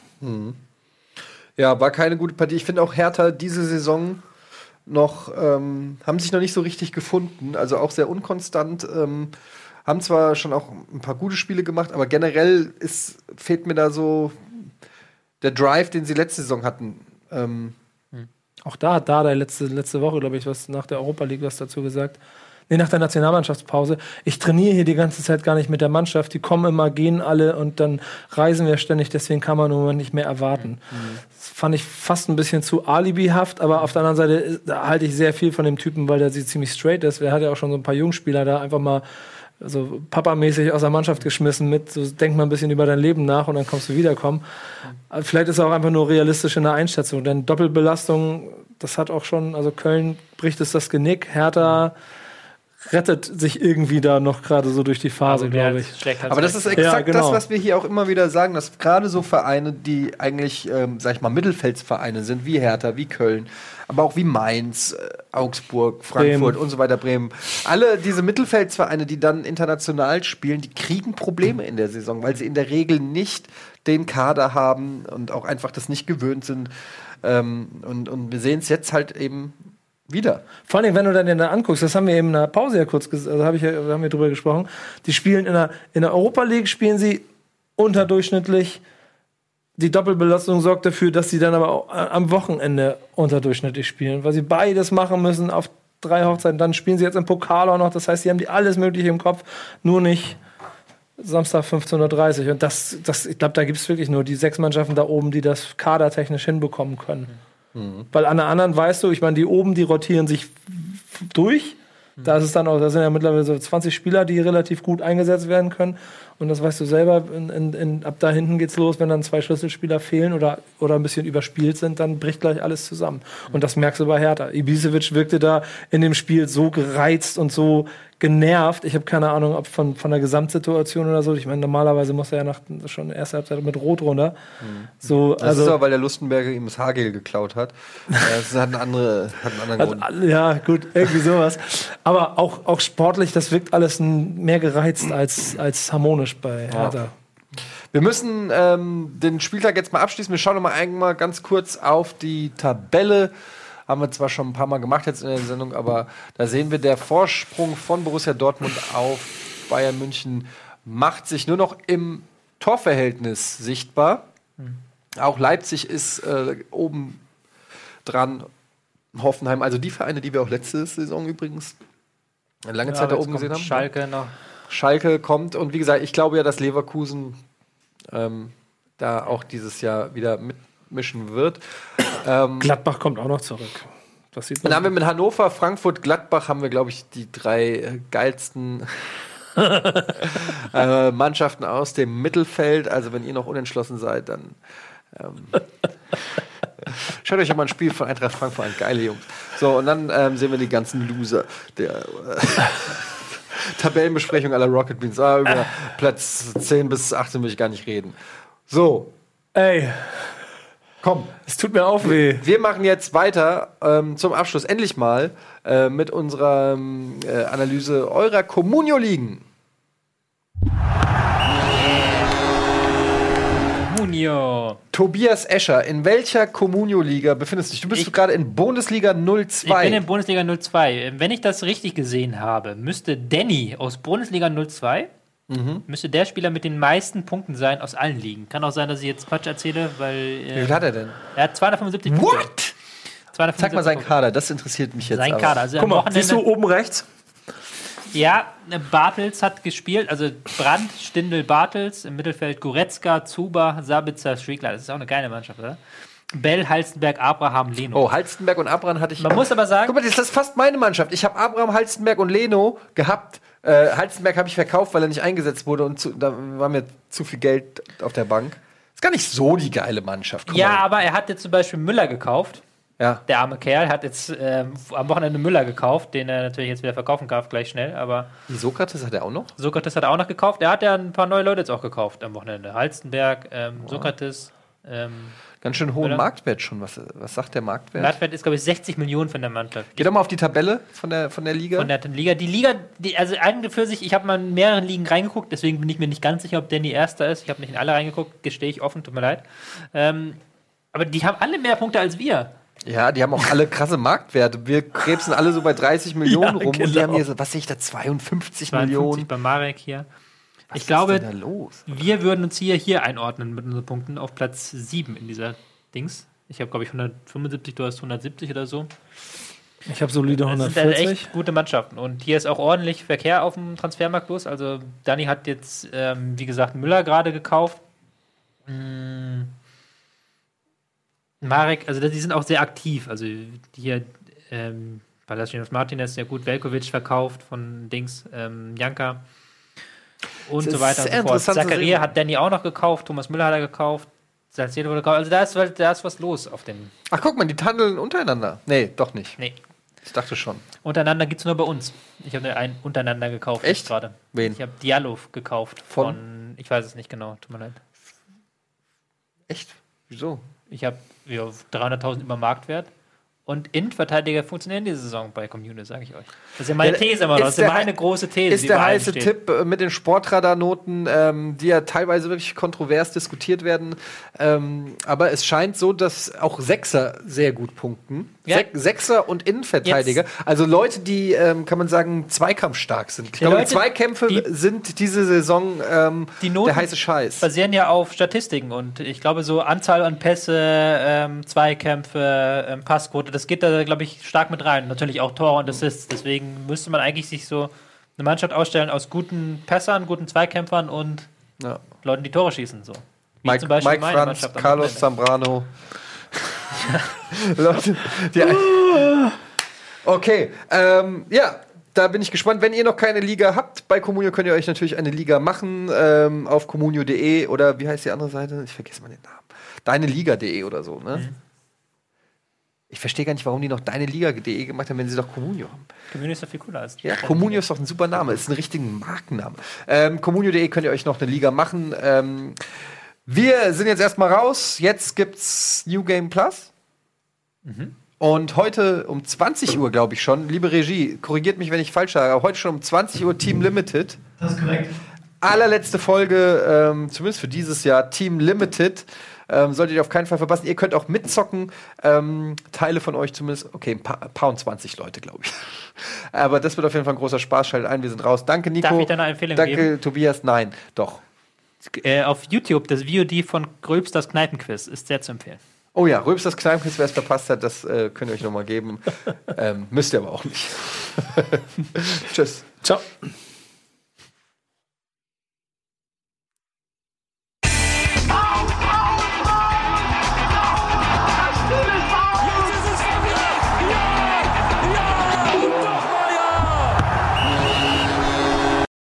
Ja, war keine gute Partie. Ich finde auch Hertha diese Saison noch, haben sich noch nicht so richtig gefunden. Also auch sehr unkonstant. Haben zwar schon auch ein paar gute Spiele gemacht, aber generell fehlt mir da so der Drive, den sie letzte Saison hatten. Auch da hat Dardai letzte Woche, glaube ich, was nach der Europa League was dazu gesagt. Nee, nach der Nationalmannschaftspause. Ich trainiere hier die ganze Zeit gar nicht mit der Mannschaft. Die kommen immer, gehen alle und dann reisen wir ständig. Deswegen kann man im Moment nicht mehr erwarten. Das fand ich fast ein bisschen zu alibihaft. Aber auf der anderen Seite da halte ich sehr viel von dem Typen, weil der ziemlich straight ist. Der hat ja auch schon so ein paar Jungspieler da einfach mal so papamäßig aus der Mannschaft geschmissen mit, so denk mal ein bisschen über dein Leben nach und dann kommst du wiederkommen. Vielleicht ist er auch einfach nur realistisch in der Einschätzung, denn Doppelbelastung, das hat auch schon, also Köln bricht es das Genick, Hertha rettet sich irgendwie da noch gerade so durch die Phase, glaube ich. Aber das ist exakt das, was wir hier auch immer wieder sagen, dass gerade so Vereine, die eigentlich, sag ich mal, Mittelfeldsvereine sind, wie Hertha, wie Köln, aber auch wie Mainz, Augsburg, Frankfurt und so weiter, Bremen. Alle diese Mittelfeldsvereine, die dann international spielen, die kriegen Probleme in der Saison, weil sie in der Regel nicht den Kader haben und auch einfach das nicht gewöhnt sind. Und wir sehen es jetzt halt eben wieder. Vor allem, wenn du dann anguckst, das haben wir eben in der Pause ja kurz gesagt, also haben wir drüber gesprochen, die spielen in der Europa League spielen sie unterdurchschnittlich. Die Doppelbelastung sorgt dafür, dass sie dann aber auch am Wochenende unterdurchschnittlich spielen, weil sie beides machen müssen auf 3 Hochzeiten. Dann spielen sie jetzt im Pokal auch noch, das heißt, sie haben die alles Mögliche im Kopf, nur nicht Samstag 15:30 Uhr. Und ich glaube, da gibt es wirklich nur die 6 Mannschaften da oben, die das kadertechnisch hinbekommen können. Weil an der anderen weißt du, ich meine, die oben, die rotieren sich durch. Da ist es dann auch, da sind ja mittlerweile so 20 Spieler, die relativ gut eingesetzt werden können. Und das weißt du selber, ab da hinten geht's los, wenn dann 2 Schlüsselspieler fehlen oder ein bisschen überspielt sind, dann bricht gleich alles zusammen. Und das merkst du bei Hertha. Ibisevic wirkte da in dem Spiel so gereizt und so genervt. Ich habe keine Ahnung, ob von der Gesamtsituation oder so. Ich meine, normalerweise muss er ja schon in der ersten Halbzeit mit Rot runter. So, das ist aber, weil der Lustenberger ihm das Haargel geklaut hat. Das hat einen anderen Grund. Ja, gut, irgendwie sowas. Aber auch sportlich, das wirkt alles mehr gereizt als harmonisch bei Hertha. Ja. Wir müssen den Spieltag jetzt mal abschließen. Wir schauen noch mal ganz kurz auf die Tabelle. Haben wir zwar schon ein paar Mal gemacht jetzt in der Sendung, aber da sehen wir, der Vorsprung von Borussia Dortmund auf Bayern München macht sich nur noch im Torverhältnis sichtbar. Auch Leipzig ist oben dran. Hoffenheim, also die Vereine, die wir auch letzte Saison übrigens lange Zeit da oben gesehen haben. Schalke noch. Schalke kommt und wie gesagt, ich glaube ja, dass Leverkusen da auch dieses Jahr wieder mitmischen wird. Gladbach kommt auch noch zurück. Das sieht man. Dann haben wir mit Hannover, Frankfurt, Gladbach haben wir, glaube ich, die 3 geilsten Mannschaften aus dem Mittelfeld. Also wenn ihr noch unentschlossen seid, dann schaut euch ja mal ein Spiel von Eintracht Frankfurt an. Geile Jungs. So, und dann sehen wir die ganzen Loser der Tabellenbesprechung aller Rocket Beans. Über Platz 10 bis 18 will ich gar nicht reden. So. Ey. Komm. Es tut mir auch weh. Wir machen jetzt weiter zum Abschluss endlich mal mit unserer Analyse eurer Comunio-Ligen. Comunio. Tobias Escher, in welcher Comunio-Liga befindest du dich? Du bist gerade in Bundesliga 02. Ich bin in Bundesliga 02. Wenn ich das richtig gesehen habe, müsste Danny aus Bundesliga 02 müsste der Spieler mit den meisten Punkten sein aus allen Ligen. Kann auch sein, dass ich jetzt Quatsch erzähle, weil... Wie viel hat er denn? Er hat 275 Punkte. What? Zeig mal seinen Kader, das interessiert mich jetzt. Sein Kader. Also guck mal, siehst du oben rechts? Ja, Bartels hat gespielt, also Brandt, Stindl, Bartels, im Mittelfeld Goretzka, Zuba, Sabitzer, Striegler. Das ist auch eine geile Mannschaft, oder? Bell, Halstenberg, Abraham, Leno. Oh, Halstenberg und Abraham hatte ich... Man muss aber sagen... Guck mal, das ist fast meine Mannschaft. Ich habe Abraham, Halstenberg und Leno gehabt. Halstenberg habe ich verkauft, weil er nicht eingesetzt wurde und da war mir zu viel Geld auf der Bank. Ist gar nicht so die geile Mannschaft. Guck ja, mal. aber er hat jetzt zum Beispiel Müller gekauft. Ja. Der arme Kerl hat jetzt am Wochenende Müller gekauft, den er natürlich jetzt wieder verkaufen darf, gleich schnell. Aber die Sokrates hat er auch noch? Sokrates hat er auch noch gekauft. Er hat ja ein paar neue Leute jetzt auch gekauft am Wochenende. Halstenberg, Sokrates. Ganz schön hohen Marktwert schon. Was sagt der Marktwert? Marktwert ist, glaube ich, 60 Millionen von der Mannschaft. Geh doch mal auf die Tabelle von der Liga. Von der Liga. Die Liga, also eigentlich für sich, ich habe mal in mehreren Ligen reingeguckt, deswegen bin ich mir nicht ganz sicher, ob Danny Erster ist. Ich habe nicht in alle reingeguckt, gestehe ich offen, tut mir leid. Aber die haben alle mehr Punkte als wir. Ja, die haben auch alle krasse Marktwerte. Wir krebsen alle so bei 30 Millionen rum. Genau. Und die haben hier so, was sehe ich da, 52 Millionen. Bei Marek hier. Was ich glaube, ist denn da los? wir würden uns hier einordnen mit unseren Punkten auf Platz 7 in dieser Dings. Ich habe, glaube ich, 175, du hast 170 oder so. Ich habe solide Das 140. sind halt echt gute Mannschaften. Und hier ist auch ordentlich Verkehr auf dem Transfermarkt los. Also Dani hat jetzt, wie gesagt, Müller gerade gekauft. Marek, also die sind auch sehr aktiv. Also hier Palacios Martinez, ja gut, Velkovic verkauft von Dings, Janka und Das so weiter ist und so fort. interessant zu Zakaria sehen. hat Danny auch noch gekauft, Thomas Müller hat er gekauft, Salcedo wurde gekauft. Also da ist was los auf dem. Ach, guck mal, die handeln untereinander. Nee, doch nicht. Nee. Ich dachte schon. Untereinander gibt es nur bei uns. Ich habe einen untereinander gekauft. Echt? Gerade. Wen? Ich habe Diallo gekauft von, ich weiß es nicht genau, tut mir leid. Echt? Wieso? Ich habe 300.000 über Marktwert. Und Innenverteidiger funktionieren diese Saison bei Commune, sage ich euch. Das ist ja meine These immer noch. Das ist ja meine große These. Ist die der über allem heiße steht. Tipp mit den Sportradar-Noten, die ja teilweise wirklich kontrovers diskutiert werden. Aber es scheint so, dass auch Sechser sehr gut punkten. Ja. Sechser und Innenverteidiger. Also Leute, die, kann man sagen, zweikampfstark sind. Ich glaube, Leute, Zweikämpfe sind diese Saison Die Noten der heiße Scheiß. basieren ja auf Statistiken und ich glaube, so Anzahl an Pässe, Zweikämpfe, Passquote, das geht da, glaube ich, stark mit rein. Natürlich auch Tore und Assists. Deswegen müsste man eigentlich sich so eine Mannschaft ausstellen aus guten Passern, guten Zweikämpfern und Ja. Leuten, die Tore schießen. So. Wie Mike, zum Beispiel Mike meine Franz, Mannschaft am Carlos Wochenende. Zambrano. Leute, die okay, ja, da bin ich gespannt. Wenn ihr noch keine Liga habt, bei Comunio könnt ihr euch natürlich eine Liga machen auf comunio.de oder wie heißt die andere Seite? Ich vergesse mal den Namen. Deineliga.de oder so, ne? Ich verstehe gar nicht, warum die noch Deineliga.de gemacht haben, wenn sie doch Comunio haben. Commune ist doch viel cooler als Ja, Comunio ist doch ein super Name, ist ein richtiger Markenname. Comunio.de könnt ihr euch noch eine Liga machen. Wir sind jetzt erstmal raus. Jetzt gibt's New Game Plus. Und heute um 20 Uhr, glaube ich schon, liebe Regie, korrigiert mich, wenn ich falsch sage, aber heute schon um 20 Uhr Team Limited. Das ist korrekt. Allerletzte Folge, zumindest für dieses Jahr, Team Limited. Solltet ihr auf keinen Fall verpassen. Ihr könnt auch mitzocken. Teile von euch zumindest. Okay, ein paar und 20 Leute, glaube ich. Aber das wird auf jeden Fall ein großer Spaß. Schaltet ein, wir sind raus. Danke, Nico. Darf ich da eine Empfehlung Danke, geben? Tobias. Nein, doch. Auf YouTube, das VOD von Gröbs, das Kneipenquiz, ist sehr zu empfehlen. Oh ja, Rülps das Kneipenquiz, wer es verpasst hat, das könnt ihr euch nochmal geben. Müsst ihr aber auch nicht. Tschüss. Ciao.